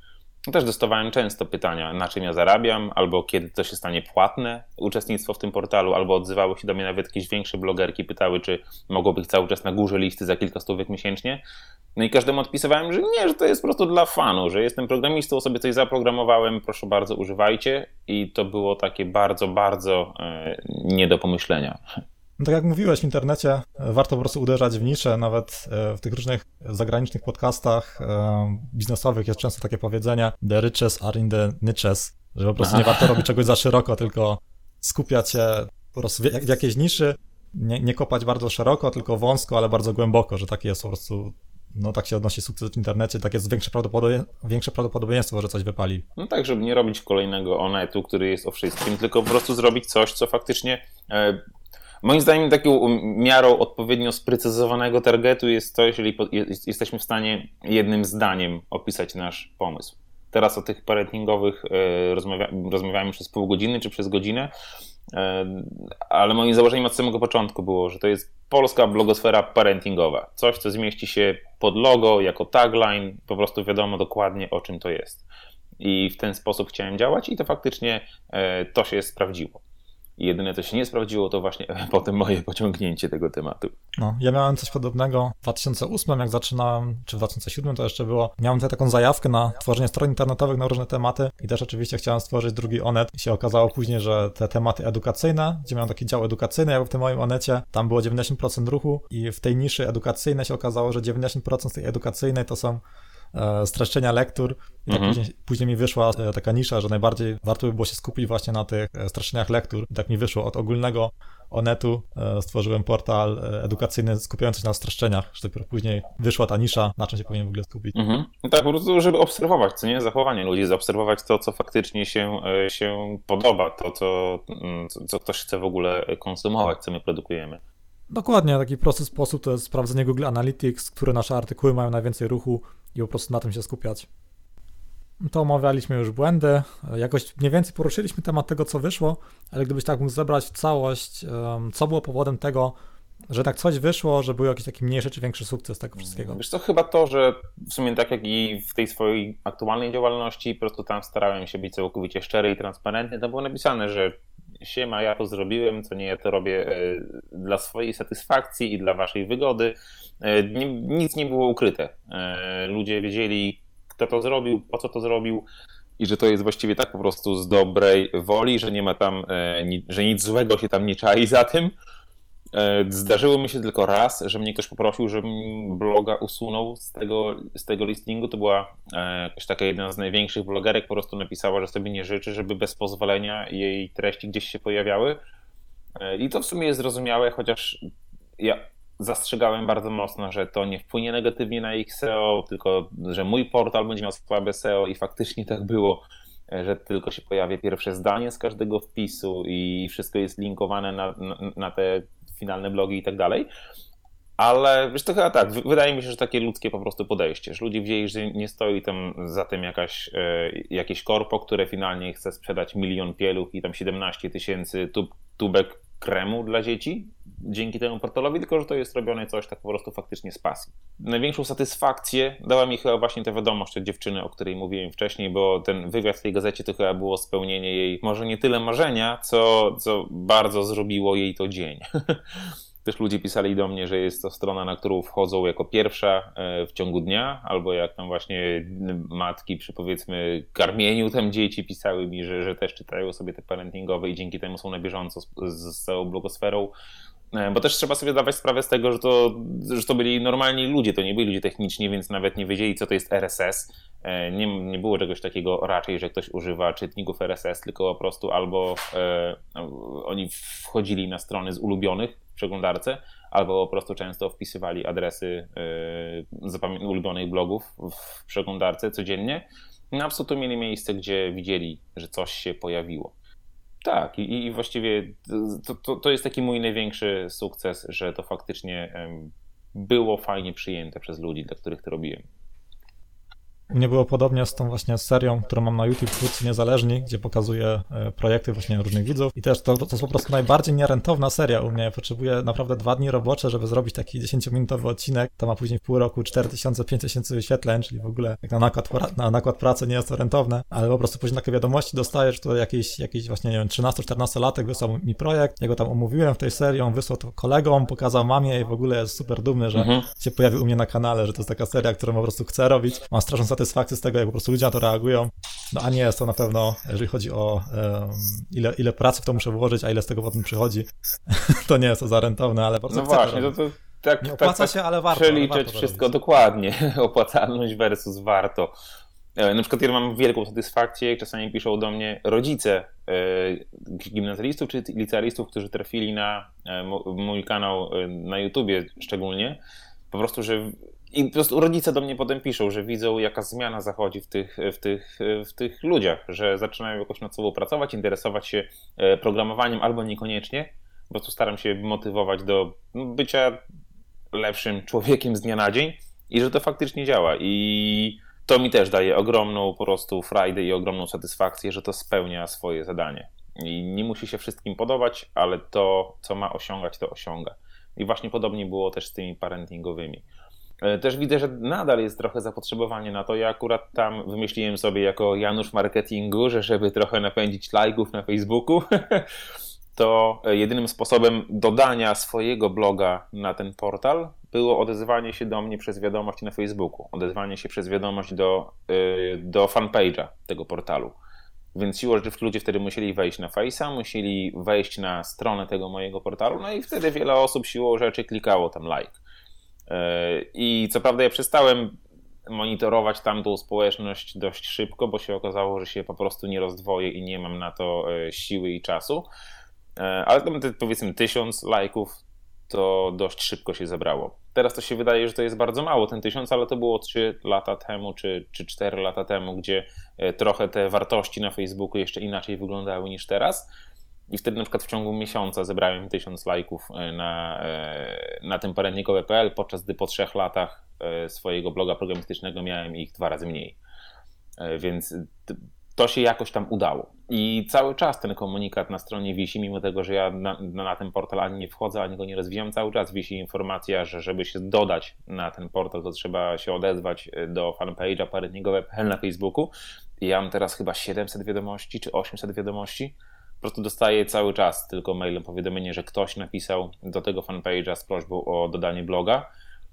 Też dostawałem często pytania, na czym ja zarabiam, albo kiedy to się stanie płatne, uczestnictwo w tym portalu, albo odzywały się do mnie nawet jakieś większe blogerki, pytały, czy mogło być cały czas na górze listy za kilka stówek miesięcznie. No i każdemu odpisywałem, że nie, że to jest po prostu dla fanu, że jestem programistą, sobie coś zaprogramowałem, proszę bardzo, używajcie. I to było takie bardzo, bardzo e, nie do pomyślenia. No tak jak mówiłeś w internecie, warto po prostu uderzać w nisze, nawet w tych różnych zagranicznych podcastach biznesowych jest często takie powiedzenie the riches are in the niches, że po prostu nie warto robić czegoś za szeroko, tylko skupiać się po prostu w jakiejś niszy, nie, nie kopać bardzo szeroko, tylko wąsko, ale bardzo głęboko, że takie jest po prostu, no tak się odnosi sukces w internecie, tak jest większe, prawdopodobie, większe prawdopodobieństwo, że coś wypali. No tak, żeby nie robić kolejnego Onetu, który jest o wszystkim, tylko po prostu zrobić coś, co faktycznie... E, Moim zdaniem taką miarą odpowiednio sprecyzowanego targetu jest to, jeżeli jesteśmy w stanie jednym zdaniem opisać nasz pomysł. Teraz o tych parentingowych rozmawia, rozmawiamy przez pół godziny czy przez godzinę, ale moim założeniem od samego początku było, że to jest polska blogosfera parentingowa. Coś, co zmieści się pod logo, jako tagline, po prostu wiadomo dokładnie, o czym to jest. I w ten sposób chciałem działać i to faktycznie to się sprawdziło. I jedyne, co się nie sprawdziło, to właśnie potem moje pociągnięcie tego tematu. No, ja miałem coś podobnego w dwa tysiące ósmym, jak zaczynałem, czy w dwa tysiące siódmym to jeszcze było. Miałem tutaj taką zajawkę na tworzenie stron internetowych na różne tematy i też oczywiście chciałem stworzyć drugi Onet. I się okazało później, że te tematy edukacyjne, gdzie miałem taki dział edukacyjny, jakby w tym moim Onecie, tam było dziewięćdziesiąt procent ruchu i w tej niszy edukacyjnej się okazało, że dziewięćdziesiąt procent tej edukacyjnej to są streszczenia lektur i tak mhm. później, później mi wyszła taka nisza, że najbardziej warto by było się skupić właśnie na tych streszczeniach lektur. I tak mi wyszło od ogólnego Onetu, stworzyłem portal edukacyjny skupiający się na streszczeniach, że dopiero później wyszła ta nisza, na czym się powinien w ogóle skupić. Mhm. No tak, po prostu, żeby obserwować, co nie, zachowanie ludzi, zaobserwować to, co faktycznie się, się podoba, to, co, co ktoś chce w ogóle konsumować, co my produkujemy. Dokładnie, taki prosty sposób to jest sprawdzenie Google Analytics, które nasze artykuły mają najwięcej ruchu i po prostu na tym się skupiać. To omawialiśmy już błędy, jakoś mniej więcej poruszyliśmy temat tego, co wyszło, ale gdybyś tak mógł zebrać w całość, co było powodem tego, że tak coś wyszło, że był jakiś taki mniejszy czy większy sukces tego wszystkiego? Wiesz co, chyba to, że w sumie tak jak i w tej swojej aktualnej działalności, po prostu tam starałem się być całkowicie szczery i transparentny, to było napisane, że siema, ja to zrobiłem, co nie, ja to robię dla swojej satysfakcji i dla waszej wygody. Nic nie było ukryte. Ludzie wiedzieli, kto to zrobił, po co to zrobił i że to jest właściwie tak po prostu z dobrej woli, że nie ma tam, że nic złego się tam nie czai za tym. Zdarzyło mi się tylko raz, że mnie ktoś poprosił, żebym bloga usunął z tego, z tego listingu. To była jakaś taka jedna z największych blogerek, po prostu napisała, że sobie nie życzy, żeby bez pozwolenia jej treści gdzieś się pojawiały. I to w sumie jest zrozumiałe, chociaż ja zastrzegałem bardzo mocno, że to nie wpłynie negatywnie na ich S E O, tylko że mój portal będzie miał słabe S E O i faktycznie tak było, że tylko się pojawia pierwsze zdanie z każdego wpisu i wszystko jest linkowane na, na, na te finalne blogi i tak dalej, ale wiesz, to chyba tak, wydaje mi się, że takie ludzkie po prostu podejście, że ludzie widzieli, że nie stoi tam za tym jakaś, e, jakieś korpo, które finalnie chce sprzedać milion pieluch i tam siedemnaście tysięcy tub, tubek kremu dla dzieci dzięki temu portalowi, tylko że to jest robione coś tak po prostu faktycznie z pasji. Największą satysfakcję dała mi chyba właśnie ta wiadomość od dziewczyny, o której mówiłem wcześniej, bo ten wywiad w tej gazecie to chyba było spełnienie jej może nie tyle marzenia, co, co bardzo zrobiło jej to dzień. Też ludzie pisali do mnie, że jest to strona, na którą wchodzą jako pierwsza w ciągu dnia, albo jak tam właśnie matki przy powiedzmy karmieniu tam dzieci pisały mi, że, że też czytają sobie te parentingowe i dzięki temu są na bieżąco z, z całą blogosferą. Bo też trzeba sobie dawać sprawę z tego, że to, że to byli normalni ludzie, to nie byli ludzie techniczni, więc nawet nie wiedzieli, co to jest R S S. Nie, nie było czegoś takiego raczej, że ktoś używa czytników R S S, tylko po prostu albo e, oni wchodzili na strony z ulubionych w przeglądarce, albo po prostu często wpisywali adresy e, ulubionych blogów w przeglądarce codziennie. No a to mieli miejsce, gdzie widzieli, że coś się pojawiło. Tak, i, i właściwie to, to, to jest taki mój największy sukces, że to faktycznie było fajnie przyjęte przez ludzi, dla których to robiłem. U mnie było podobnie z tą właśnie serią, którą mam na YouTube, Twórcy Niezależni, gdzie pokazuję projekty właśnie różnych widzów i też to, to jest po prostu najbardziej nierentowna seria u mnie. Potrzebuję naprawdę dwa dni robocze, żeby zrobić taki dziesięciominutowy odcinek. To ma później w pół roku cztery tysiące, pięć tysięcy wyświetleń, czyli w ogóle jak na nakład, na nakład pracy nie jest to rentowne, ale po prostu później takie wiadomości dostajesz, to jakiś, jakiś właśnie, nie wiem, trzynasto-czternastolatek wysłał mi projekt, ja go tam omówiłem w tej serii, on wysłał to kolegom, pokazał mamie i w ogóle jest super dumny, że mhm. się pojawił u mnie na kanale, że to jest taka seria, którą po prostu chcę robić. Mam straszną satysfakcję z tego, jak po prostu ludzie na to reagują. No a nie jest to na pewno, jeżeli chodzi o um, ile, ile pracy w to muszę włożyć, a ile z tego potem przychodzi, to nie jest to za rentowne, ale bardzo no chcę właśnie, to, to tak, nie opłaca tak, się, ale warto. Przeliczyć ale warto wszystko dokładnie, opłacalność versus warto. Na przykład ja mam wielką satysfakcję, jak czasami piszą do mnie rodzice gimnazjalistów czy licealistów, którzy trafili na mój kanał na YouTubie szczególnie, po prostu, że i po prostu rodzice do mnie potem piszą, że widzą, jaka zmiana zachodzi w tych, w tych, w tych ludziach, że zaczynają jakoś nad sobą pracować, interesować się programowaniem albo niekoniecznie. Po prostu staram się motywować do bycia lepszym człowiekiem z dnia na dzień i że to faktycznie działa. I to mi też daje ogromną po prostu frajdę i ogromną satysfakcję, że to spełnia swoje zadanie. I nie musi się wszystkim podobać, ale to, co ma osiągać, to osiąga. I właśnie podobnie było też z tymi parentingowymi. Też widzę, że nadal jest trochę zapotrzebowanie na to. Ja akurat tam wymyśliłem sobie jako Janusz marketingu, że żeby trochę napędzić lajków na Facebooku, to jedynym sposobem dodania swojego bloga na ten portal było odezwanie się do mnie przez wiadomość na Facebooku, odezwanie się przez wiadomość do, do fanpage'a tego portalu. Więc siłą rzeczy ludzie wtedy musieli wejść na Face'a, musieli wejść na stronę tego mojego portalu, no i wtedy wiele osób siłą rzeczy klikało tam like. I co prawda ja przestałem monitorować tamtą społeczność dość szybko, bo się okazało, że się po prostu nie rozdwoję i nie mam na to siły i czasu. Ale tam powiedzmy tysiąc lajków to dość szybko się zebrało. Teraz to się wydaje, że to jest bardzo mało, ten tysiąc, ale to było trzy lata temu czy, czy cztery lata temu, gdzie trochę te wartości na Facebooku jeszcze inaczej wyglądały niż teraz. I wtedy na przykład w ciągu miesiąca zebrałem tysiąc lajków na, na tym parentingowe kropka p l, podczas gdy po trzech latach swojego bloga programistycznego miałem ich dwa razy mniej. Więc to się jakoś tam udało. I cały czas ten komunikat na stronie wisi, mimo tego, że ja na, na ten portal ani nie wchodzę, ani go nie rozwijam, cały czas wisi informacja, że żeby się dodać na ten portal, to trzeba się odezwać do fanpage'a parentingowe kropka p l na Facebooku. I ja mam teraz chyba siedemset wiadomości, czy osiemset wiadomości. Po prostu dostaję cały czas tylko mailem powiadomienie, że ktoś napisał do tego fanpage'a z prośbą o dodanie bloga.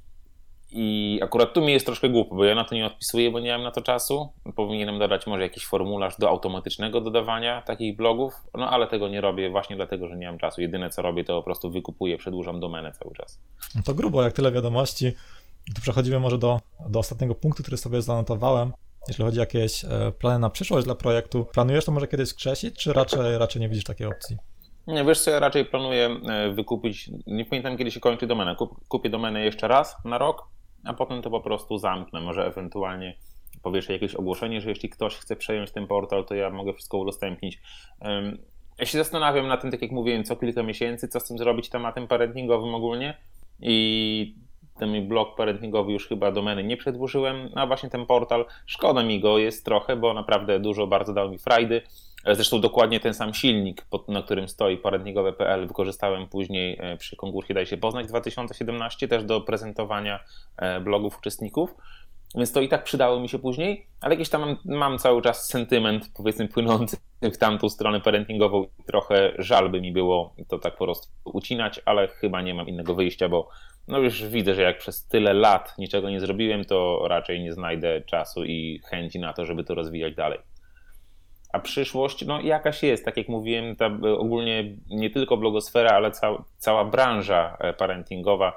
I akurat tu mi jest troszkę głupio, bo ja na to nie odpisuję, bo nie mam na to czasu. Powinienem dodać może jakiś formularz do automatycznego dodawania takich blogów, no ale tego nie robię właśnie dlatego, że nie mam czasu. Jedyne co robię, to po prostu wykupuję, przedłużam domenę cały czas. No to grubo, jak tyle wiadomości. Tu przechodzimy może do, do ostatniego punktu, który sobie zanotowałem. Jeśli chodzi o jakieś plany na przyszłość dla projektu, planujesz to może kiedyś skrzesić, czy raczej, raczej nie widzisz takiej opcji? Nie, wiesz co, ja raczej planuję wykupić, nie pamiętam kiedy się kończy domena, Kup, kupię domenę jeszcze raz na rok, a potem to po prostu zamknę, może ewentualnie powieszę jakieś ogłoszenie, że jeśli ktoś chce przejąć ten portal, to ja mogę wszystko udostępnić. Ja się zastanawiam na tym, tak jak mówiłem, co kilka miesięcy, co z tym zrobić tematem parentingowym ogólnie i ten mój blog parentingowy już chyba domeny nie przedłużyłem, a właśnie ten portal, szkoda mi go jest trochę, bo naprawdę dużo bardzo dał mi frajdy. Zresztą dokładnie ten sam silnik, na którym stoi parentingowe kropka p l, wykorzystałem później przy konkursie Daj się poznać dwa tysiące siedemnaście też do prezentowania blogów uczestników, więc to i tak przydało mi się później, ale jakiś tam mam, mam cały czas sentyment, powiedzmy, płynący w tamtą stronę parentingową. Trochę żal by mi było to tak po prostu ucinać, ale chyba nie mam innego wyjścia, bo no już widzę, że jak przez tyle lat niczego nie zrobiłem, to raczej nie znajdę czasu i chęci na to, żeby to rozwijać dalej. A przyszłość, no jakaś jest, tak jak mówiłem, ta ogólnie nie tylko blogosfera, ale cała, cała branża parentingowa.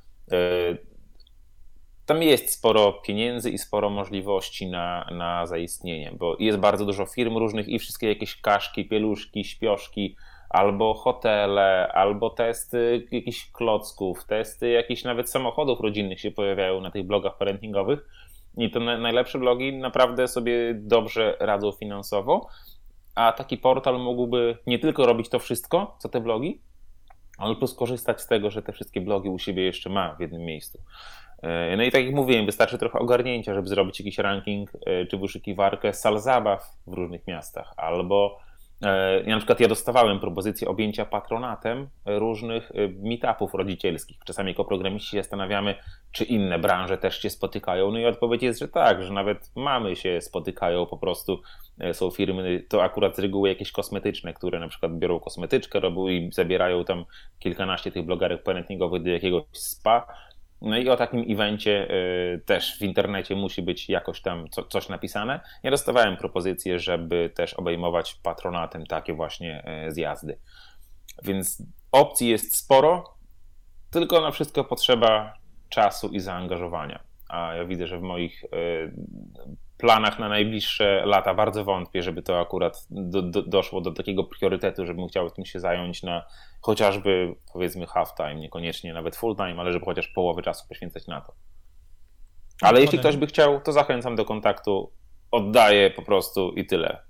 Tam jest sporo pieniędzy i sporo możliwości na, na zaistnienie, bo jest bardzo dużo firm różnych i wszystkie jakieś kaszki, pieluszki, śpioszki, albo hotele, albo testy jakichś klocków, testy jakichś nawet samochodów rodzinnych się pojawiają na tych blogach parentingowych. I to najlepsze blogi naprawdę sobie dobrze radzą finansowo, a taki portal mógłby nie tylko robić to wszystko, co te blogi, ale plus korzystać z tego, że te wszystkie blogi u siebie jeszcze ma w jednym miejscu. No i tak jak mówiłem, wystarczy trochę ogarnięcia, żeby zrobić jakiś ranking czy wyszukiwarkę sal zabaw w różnych miastach, albo ja na przykład ja dostawałem propozycję objęcia patronatem różnych meetupów rodzicielskich. Czasami jako programiści się zastanawiamy, czy inne branże też się spotykają. No i odpowiedź jest, że tak, że nawet mamy się spotykają po prostu. Są firmy, to akurat z reguły jakieś kosmetyczne, które na przykład biorą kosmetyczkę, robią i zabierają tam kilkanaście tych blogerek parentingowych do jakiegoś spa. No i o takim evencie y, też w internecie musi być jakoś tam co, coś napisane. Ja dostawałem propozycję, żeby też obejmować patronatem takie właśnie y, zjazdy. Więc opcji jest sporo, tylko na wszystko potrzeba czasu i zaangażowania. A ja widzę, że w moich y, planach na najbliższe lata bardzo wątpię, żeby to akurat do, do, doszło do takiego priorytetu, żebym chciał tym się zająć na chociażby, powiedzmy, half time, niekoniecznie nawet full time, ale żeby chociaż połowę czasu poświęcać na to. Ale no, jeśli ktoś by chciał, to zachęcam do kontaktu, oddaję po prostu i tyle.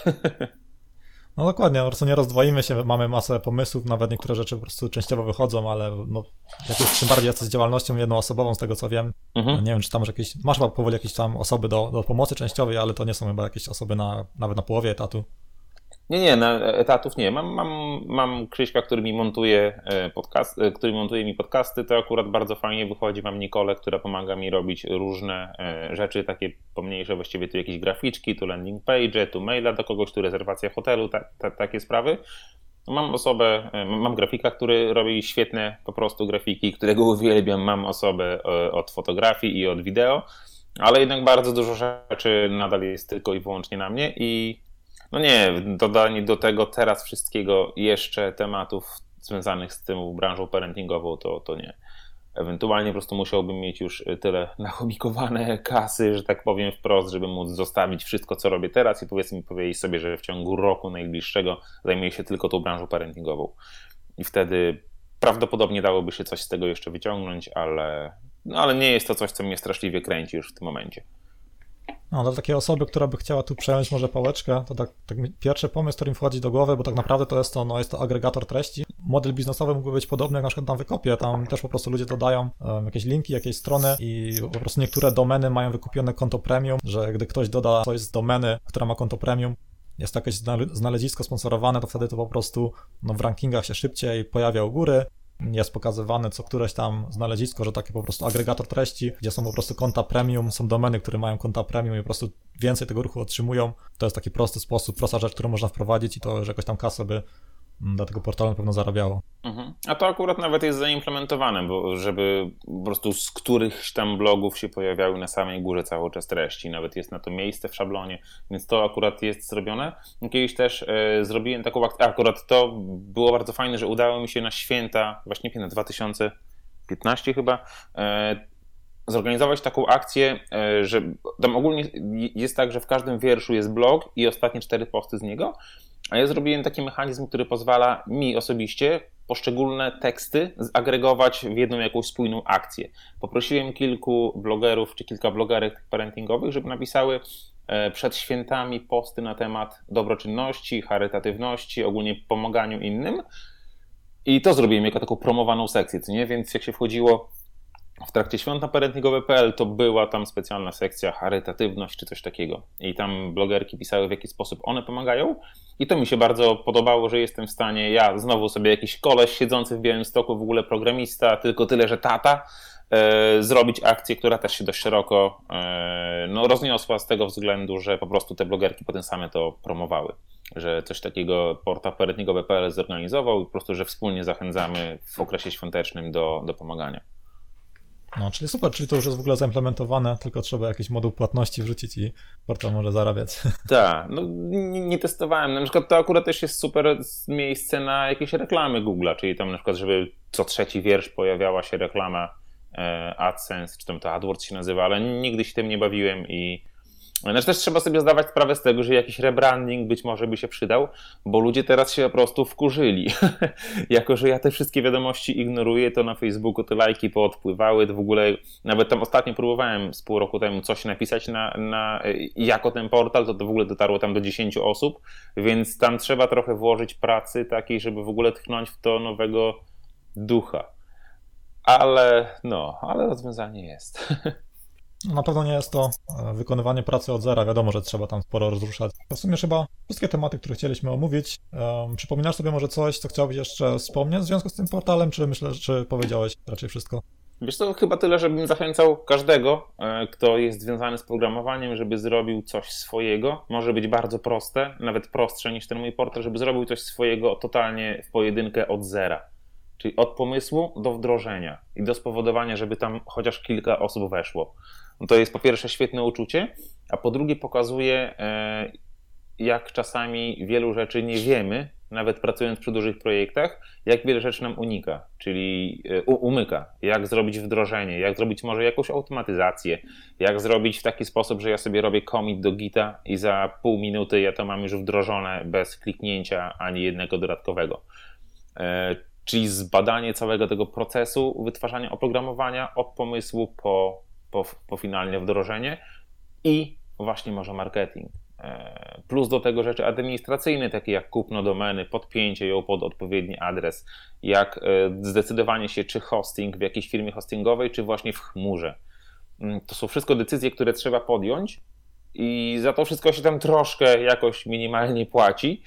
No dokładnie, po prostu nie rozdwoimy się, mamy masę pomysłów, nawet niektóre rzeczy po prostu częściowo wychodzą, ale no, jak jest, tym bardziej jesteś działalnością jednoosobową, z tego co wiem, mhm. no, nie wiem, czy tam masz jakieś, masz powoli jakieś tam osoby do, do pomocy częściowej, ale to nie są chyba jakieś osoby na, nawet na połowie etatu. Nie, nie, na etatów nie. Mam, mam, mam Krzyśka, który mi montuje podcast, który montuje mi podcasty, to akurat bardzo fajnie wychodzi. Mam Nikolę, która pomaga mi robić różne rzeczy, takie pomniejsze, właściwie tu jakieś graficzki, tu landing page, tu maila do kogoś, tu rezerwacja hotelu, ta, ta, takie sprawy. Mam osobę, mam grafika, który robi świetne po prostu grafiki, którego uwielbiam. Mam osobę od fotografii i od wideo, ale jednak bardzo dużo rzeczy nadal jest tylko i wyłącznie na mnie i no nie, dodanie do tego teraz wszystkiego jeszcze tematów związanych z tą branżą parentingową, to, to nie. Ewentualnie po prostu musiałbym mieć już tyle nachomikowane kasy, że tak powiem wprost, żeby móc zostawić wszystko, co robię teraz i powiedzmy powiedzieć sobie, że w ciągu roku najbliższego zajmuję się tylko tą branżą parentingową. I wtedy prawdopodobnie dałoby się coś z tego jeszcze wyciągnąć, ale, no, ale nie jest to coś, co mnie straszliwie kręci już w tym momencie. No, dla takiej osoby, która by chciała tu przejąć może pałeczkę, to tak, tak pierwszy pomysł, który mi wchodzi do głowy, bo tak naprawdę to jest to, no, jest to agregator treści. Model biznesowy mógłby być podobny jak na przykład na Wykopie, tam też po prostu ludzie dodają um, jakieś linki, jakieś strony i po prostu niektóre domeny mają wykupione konto premium, że gdy ktoś doda coś z domeny, która ma konto premium, jest to jakieś znalezisko sponsorowane, to wtedy to po prostu no, w rankingach się szybciej pojawia u góry. Jest pokazywane co któreś tam znalezisko, że taki po prostu agregator treści, gdzie są po prostu konta premium, są domeny, które mają konta premium i po prostu więcej tego ruchu otrzymują. To jest taki prosty sposób, prosta rzecz, którą można wprowadzić i to, że jakoś tam kasę by dla tego portalu na pewno zarabiało. Mhm. A to akurat nawet jest zaimplementowane, bo żeby po prostu z którychś tam blogów się pojawiały na samej górze cały czas treści, nawet jest na to miejsce w szablonie, więc to akurat jest zrobione. Kiedyś też e, zrobiłem taką akcję, akurat to było bardzo fajne, że udało mi się na święta, właśnie na dwa tysiące piętnaście chyba, e, zorganizować taką akcję, e, że tam ogólnie jest tak, że w każdym wierszu jest blog i ostatnie cztery posty z niego. A ja zrobiłem taki mechanizm, który pozwala mi osobiście poszczególne teksty zagregować w jedną jakąś spójną akcję. Poprosiłem kilku blogerów czy kilka blogerek parentingowych, żeby napisały przed świętami posty na temat dobroczynności, charytatywności, ogólnie pomaganiu innym. I to zrobiłem jako taką promowaną sekcję, co nie? Więc jak się wchodziło w trakcie świąt na parentingowe kropka p l, to była tam specjalna sekcja charytatywność czy coś takiego. I tam blogerki pisały, w jaki sposób one pomagają. I to mi się bardzo podobało, że jestem w stanie, ja znowu sobie jakiś koleś siedzący w Białymstoku, w ogóle programista, tylko tyle, że tata, e, zrobić akcję, która też się dość szeroko e, no, rozniosła z tego względu, że po prostu te blogerki potem same to promowały. Że coś takiego portal parentingowe kropka p l zorganizował i po prostu, że wspólnie zachęcamy w okresie świątecznym do, do pomagania. No, czyli super, czyli to już jest w ogóle zaimplementowane, tylko trzeba jakiś moduł płatności wrzucić i portal może zarabiać. Tak, no nie, nie testowałem. Na przykład to akurat też jest super miejsce na jakieś reklamy Google'a, czyli tam na przykład, żeby co trzeci wiersz pojawiała się reklama e, AdSense, czy tam to AdWords się nazywa, ale nigdy się tym nie bawiłem i znaczy też trzeba sobie zdawać sprawę z tego, że jakiś rebranding być może by się przydał, bo ludzie teraz się po prostu wkurzyli. Jako że ja te wszystkie wiadomości ignoruję, to na Facebooku te lajki poodpływały, to w ogóle nawet tam ostatnio próbowałem z pół roku temu coś napisać na, na, jako ten portal, to, to w ogóle dotarło tam do dziesięciu osób, więc tam trzeba trochę włożyć pracy takiej, żeby w ogóle tchnąć w to nowego ducha. ale no, ale rozwiązanie jest. Na pewno nie jest to wykonywanie pracy od zera, wiadomo, że trzeba tam sporo rozruszać. To w sumie chyba wszystkie tematy, które chcieliśmy omówić. Um, przypominasz sobie może coś, co chciałbyś jeszcze wspomnieć w związku z tym portalem, czy myślę, że powiedziałeś raczej wszystko? Wiesz co, chyba tyle, żebym zachęcał każdego, kto jest związany z programowaniem, żeby zrobił coś swojego. Może być bardzo proste, nawet prostsze niż ten mój portal, żeby zrobił coś swojego totalnie w pojedynkę od zera. Czyli od pomysłu do wdrożenia i do spowodowania, żeby tam chociaż kilka osób weszło. No to jest po pierwsze świetne uczucie, a po drugie pokazuje, jak czasami wielu rzeczy nie wiemy, nawet pracując przy dużych projektach, jak wiele rzeczy nam unika, czyli umyka, jak zrobić wdrożenie, jak zrobić może jakąś automatyzację, jak zrobić w taki sposób, że ja sobie robię commit do Gita i za pół minuty ja to mam już wdrożone bez kliknięcia ani jednego dodatkowego. Czyli zbadanie całego tego procesu wytwarzania oprogramowania od pomysłu po, po, po finalne wdrożenie i właśnie może marketing. Plus do tego rzeczy administracyjne, takie jak kupno domeny, podpięcie ją pod odpowiedni adres, jak zdecydowanie się, czy hosting w jakiejś firmie hostingowej, czy właśnie w chmurze. To są wszystko decyzje, które trzeba podjąć i za to wszystko się tam troszkę jakoś minimalnie płaci.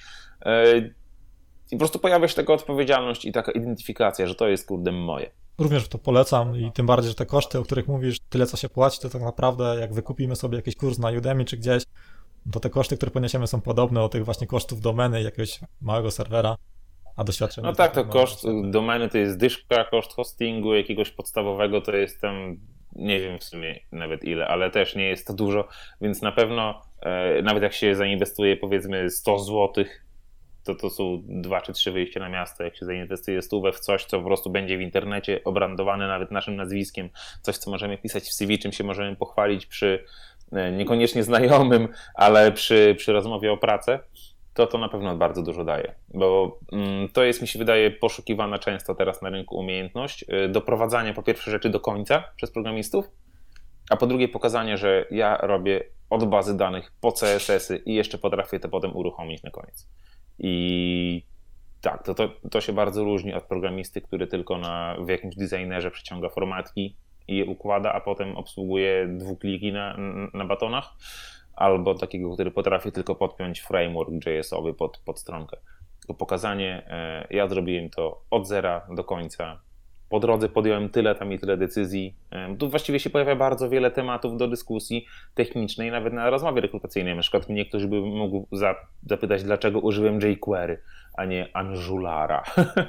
I po prostu pojawia się taka odpowiedzialność i taka identyfikacja, że to jest kurde moje. Również to polecam i tym bardziej, że te koszty, o których mówisz, tyle co się płaci, to tak naprawdę jak wykupimy sobie jakiś kurs na Udemy czy gdzieś, to te koszty, które poniesiemy, są podobne do tych właśnie kosztów domeny, jakiegoś małego serwera, a doświadczenie... No tak, to koszt domeny to jest dyszka, koszt hostingu jakiegoś podstawowego to jest tam, nie wiem w sumie nawet ile, ale też nie jest to dużo, więc na pewno e, nawet jak się zainwestuje powiedzmy sto złotych, to to są dwa czy trzy wyjścia na miasto, jak się zainwestuje stówę w coś, co po prostu będzie w internecie obrandowane nawet naszym nazwiskiem, coś, co możemy pisać w C V, czym się możemy pochwalić przy niekoniecznie znajomym, ale przy, przy rozmowie o pracę, to to na pewno bardzo dużo daje, bo mm, to jest, mi się wydaje, poszukiwana często teraz na rynku umiejętność doprowadzania po pierwsze rzeczy do końca przez programistów, a po drugie pokazanie, że ja robię od bazy danych po C S S y i jeszcze potrafię to potem uruchomić na koniec. I tak, to, to, to się bardzo różni od programisty, który tylko na, w jakimś designerze przeciąga formatki i je układa, a potem obsługuje dwukliki na, na batonach, albo takiego, który potrafi tylko podpiąć framework J S-owy pod, pod stronkę. To pokazanie, ja zrobiłem to od zera do końca. Po drodze podjąłem tyle tam i tyle decyzji. Tu właściwie się pojawia bardzo wiele tematów do dyskusji technicznej, nawet na rozmowie rekrutacyjnej. Na przykład mnie ktoś by mógł zapytać, dlaczego użyłem jQuery, a nie Angulara.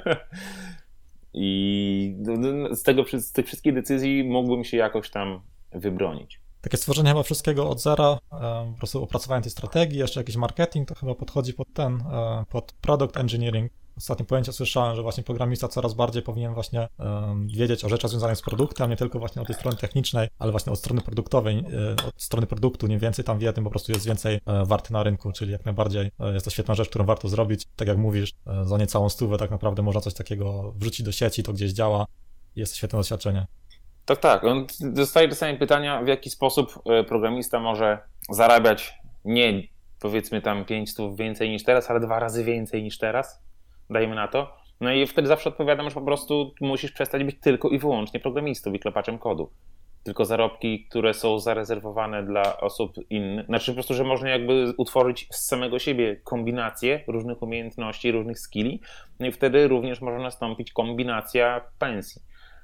I z, tego, z tych wszystkich decyzji mógłbym się jakoś tam wybronić. Takie stworzenie chyba wszystkiego od zera, po prostu opracowanie tej strategii, jeszcze jakiś marketing, to chyba podchodzi pod ten, pod product engineering. Ostatnie pojęcie słyszałem, że właśnie programista coraz bardziej powinien właśnie um, wiedzieć o rzeczach związanych z produktem, nie tylko właśnie od tej strony technicznej, ale właśnie od strony produktowej, od strony produktu, im więcej tam wie, tym po prostu jest więcej warty na rynku, czyli jak najbardziej jest to świetna rzecz, którą warto zrobić. Tak jak mówisz, za niecałą stówę tak naprawdę można coś takiego wrzucić do sieci, to gdzieś działa i jest to świetne doświadczenie. Tak, tak. On dostaje czasami pytania, w jaki sposób programista może zarabiać nie powiedzmy tam pięć stów więcej niż teraz, ale dwa razy więcej niż teraz. Dajmy na to. No i wtedy zawsze odpowiadam, że po prostu musisz przestać być tylko i wyłącznie programistą i klepaczem kodu. Tylko zarobki, które są zarezerwowane dla osób innych. Znaczy po prostu, że można jakby utworzyć z samego siebie kombinację różnych umiejętności, różnych skilli. No i wtedy również może nastąpić kombinacja pensji.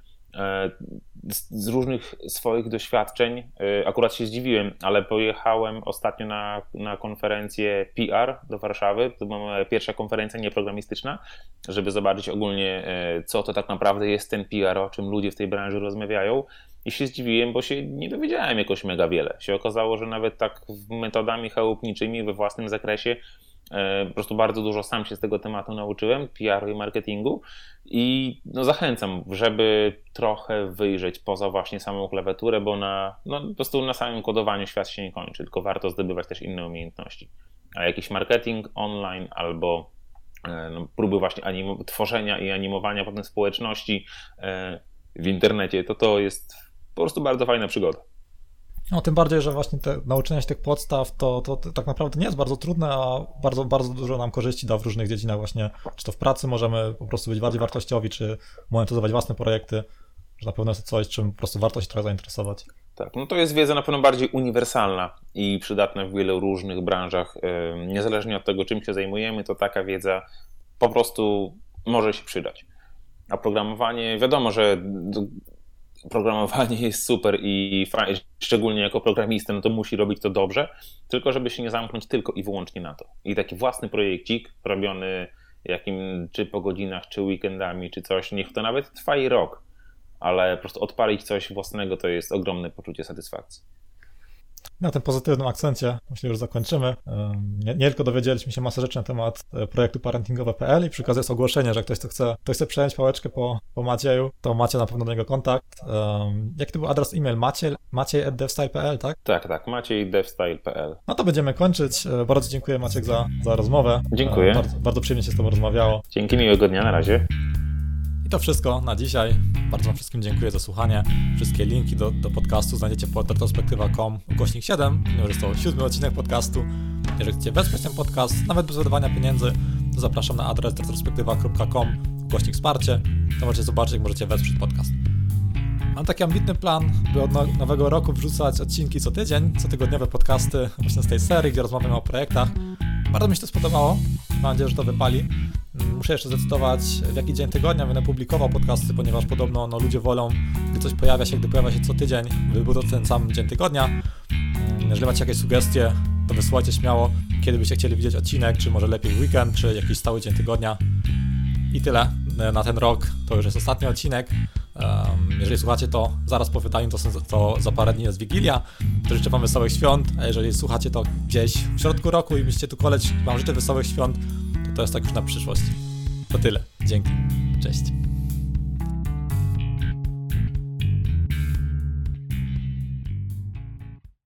Z różnych swoich doświadczeń, akurat się zdziwiłem, ale pojechałem ostatnio na, na konferencję P R do Warszawy, to była moja pierwsza konferencja nieprogramistyczna, żeby zobaczyć ogólnie, co to tak naprawdę jest ten P R, o czym ludzie w tej branży rozmawiają, i się zdziwiłem, bo się nie dowiedziałem jakoś mega wiele. Się okazało, że nawet tak metodami chałupniczymi we własnym zakresie po prostu bardzo dużo sam się z tego tematu nauczyłem, P R-u i marketingu, i no zachęcam, żeby trochę wyjrzeć poza właśnie samą klawiaturę, bo na, no po prostu na samym kodowaniu świat się nie kończy, tylko warto zdobywać też inne umiejętności. A jakiś marketing online albo no, próby właśnie anim- tworzenia i animowania potem społeczności w internecie, to to jest po prostu bardzo fajna przygoda. No, tym bardziej, że właśnie te, nauczenie się tych podstaw to, to, to tak naprawdę nie jest bardzo trudne, a bardzo, bardzo dużo nam korzyści da w różnych dziedzinach właśnie, czy to w pracy możemy po prostu być bardziej wartościowi, czy monetyzować własne projekty. że na pewno jest to coś, czym po prostu warto się trochę zainteresować. Tak, no to jest wiedza na pewno bardziej uniwersalna i przydatna w wielu różnych branżach. Niezależnie od tego, czym się zajmujemy, to taka wiedza po prostu może się przydać. A programowanie, wiadomo, że programowanie jest super i fajnie, szczególnie jako programista, no to musi robić to dobrze, tylko żeby się nie zamknąć tylko i wyłącznie na to. I taki własny projekcik robiony jakim, czy po godzinach, czy weekendami, czy coś, niech to nawet trwa i rok, ale po prostu odpalić coś własnego to jest ogromne poczucie satysfakcji. Na tym pozytywnym akcencie myślę, że zakończymy. Nie, nie tylko dowiedzieliśmy się masę rzeczy na temat projektu parentingowe kropka p l i przy okazji jest ogłoszenie, że ktoś, kto chce, kto chce przejąć pałeczkę po, po Macieju, to macie na pewno do niego kontakt. Um, jaki to był adres e-mail? Maciej, maciej at devstyle kropka p l, tak? Tak, tak, maciej devstyle kropka p l. No to będziemy kończyć. Bardzo dziękuję, Maciek, za, za rozmowę. Dziękuję. Bardzo, bardzo przyjemnie się z tobą rozmawiało. Dzięki, miłego dnia, na razie. I to wszystko na dzisiaj. Bardzo wam wszystkim dziękuję za słuchanie. Wszystkie linki do, do podcastu znajdziecie pod retrospektywa kropka com ukośnik siedem, ponieważ jest to siódmy odcinek podcastu. Jeżeli chcecie wesprzeć ten podcast, nawet bez wydawania pieniędzy, to zapraszam na adres retrospektywa kropka com ukośnik wsparcie. To możecie zobaczyć, jak możecie wesprzeć podcast. Mam taki ambitny plan, by od nowego roku wrzucać odcinki co tydzień, cotygodniowe podcasty właśnie z tej serii, gdzie rozmawiamy o projektach. Bardzo mi się to spodobało. Mam nadzieję, że to wypali. Muszę jeszcze zdecydować, w jaki dzień tygodnia będę publikował podcasty, ponieważ podobno no, ludzie wolą, gdy coś pojawia się, gdy pojawia się co tydzień, by był to ten sam dzień tygodnia. Jeżeli macie jakieś sugestie, to wysyłajcie śmiało, kiedy byście chcieli widzieć odcinek, czy może lepiej weekend, czy jakiś stały dzień tygodnia. I tyle na ten rok. To już jest ostatni odcinek. Jeżeli słuchacie to zaraz po wydaniu, to, to za parę dni jest Wigilia. To życzę wam wesołych świąt, a jeżeli słuchacie to gdzieś w środku roku i myślicie tu koleć, wam życzę wesołych świąt, to to jest tak już na przyszłość. To tyle. Dzięki. Cześć.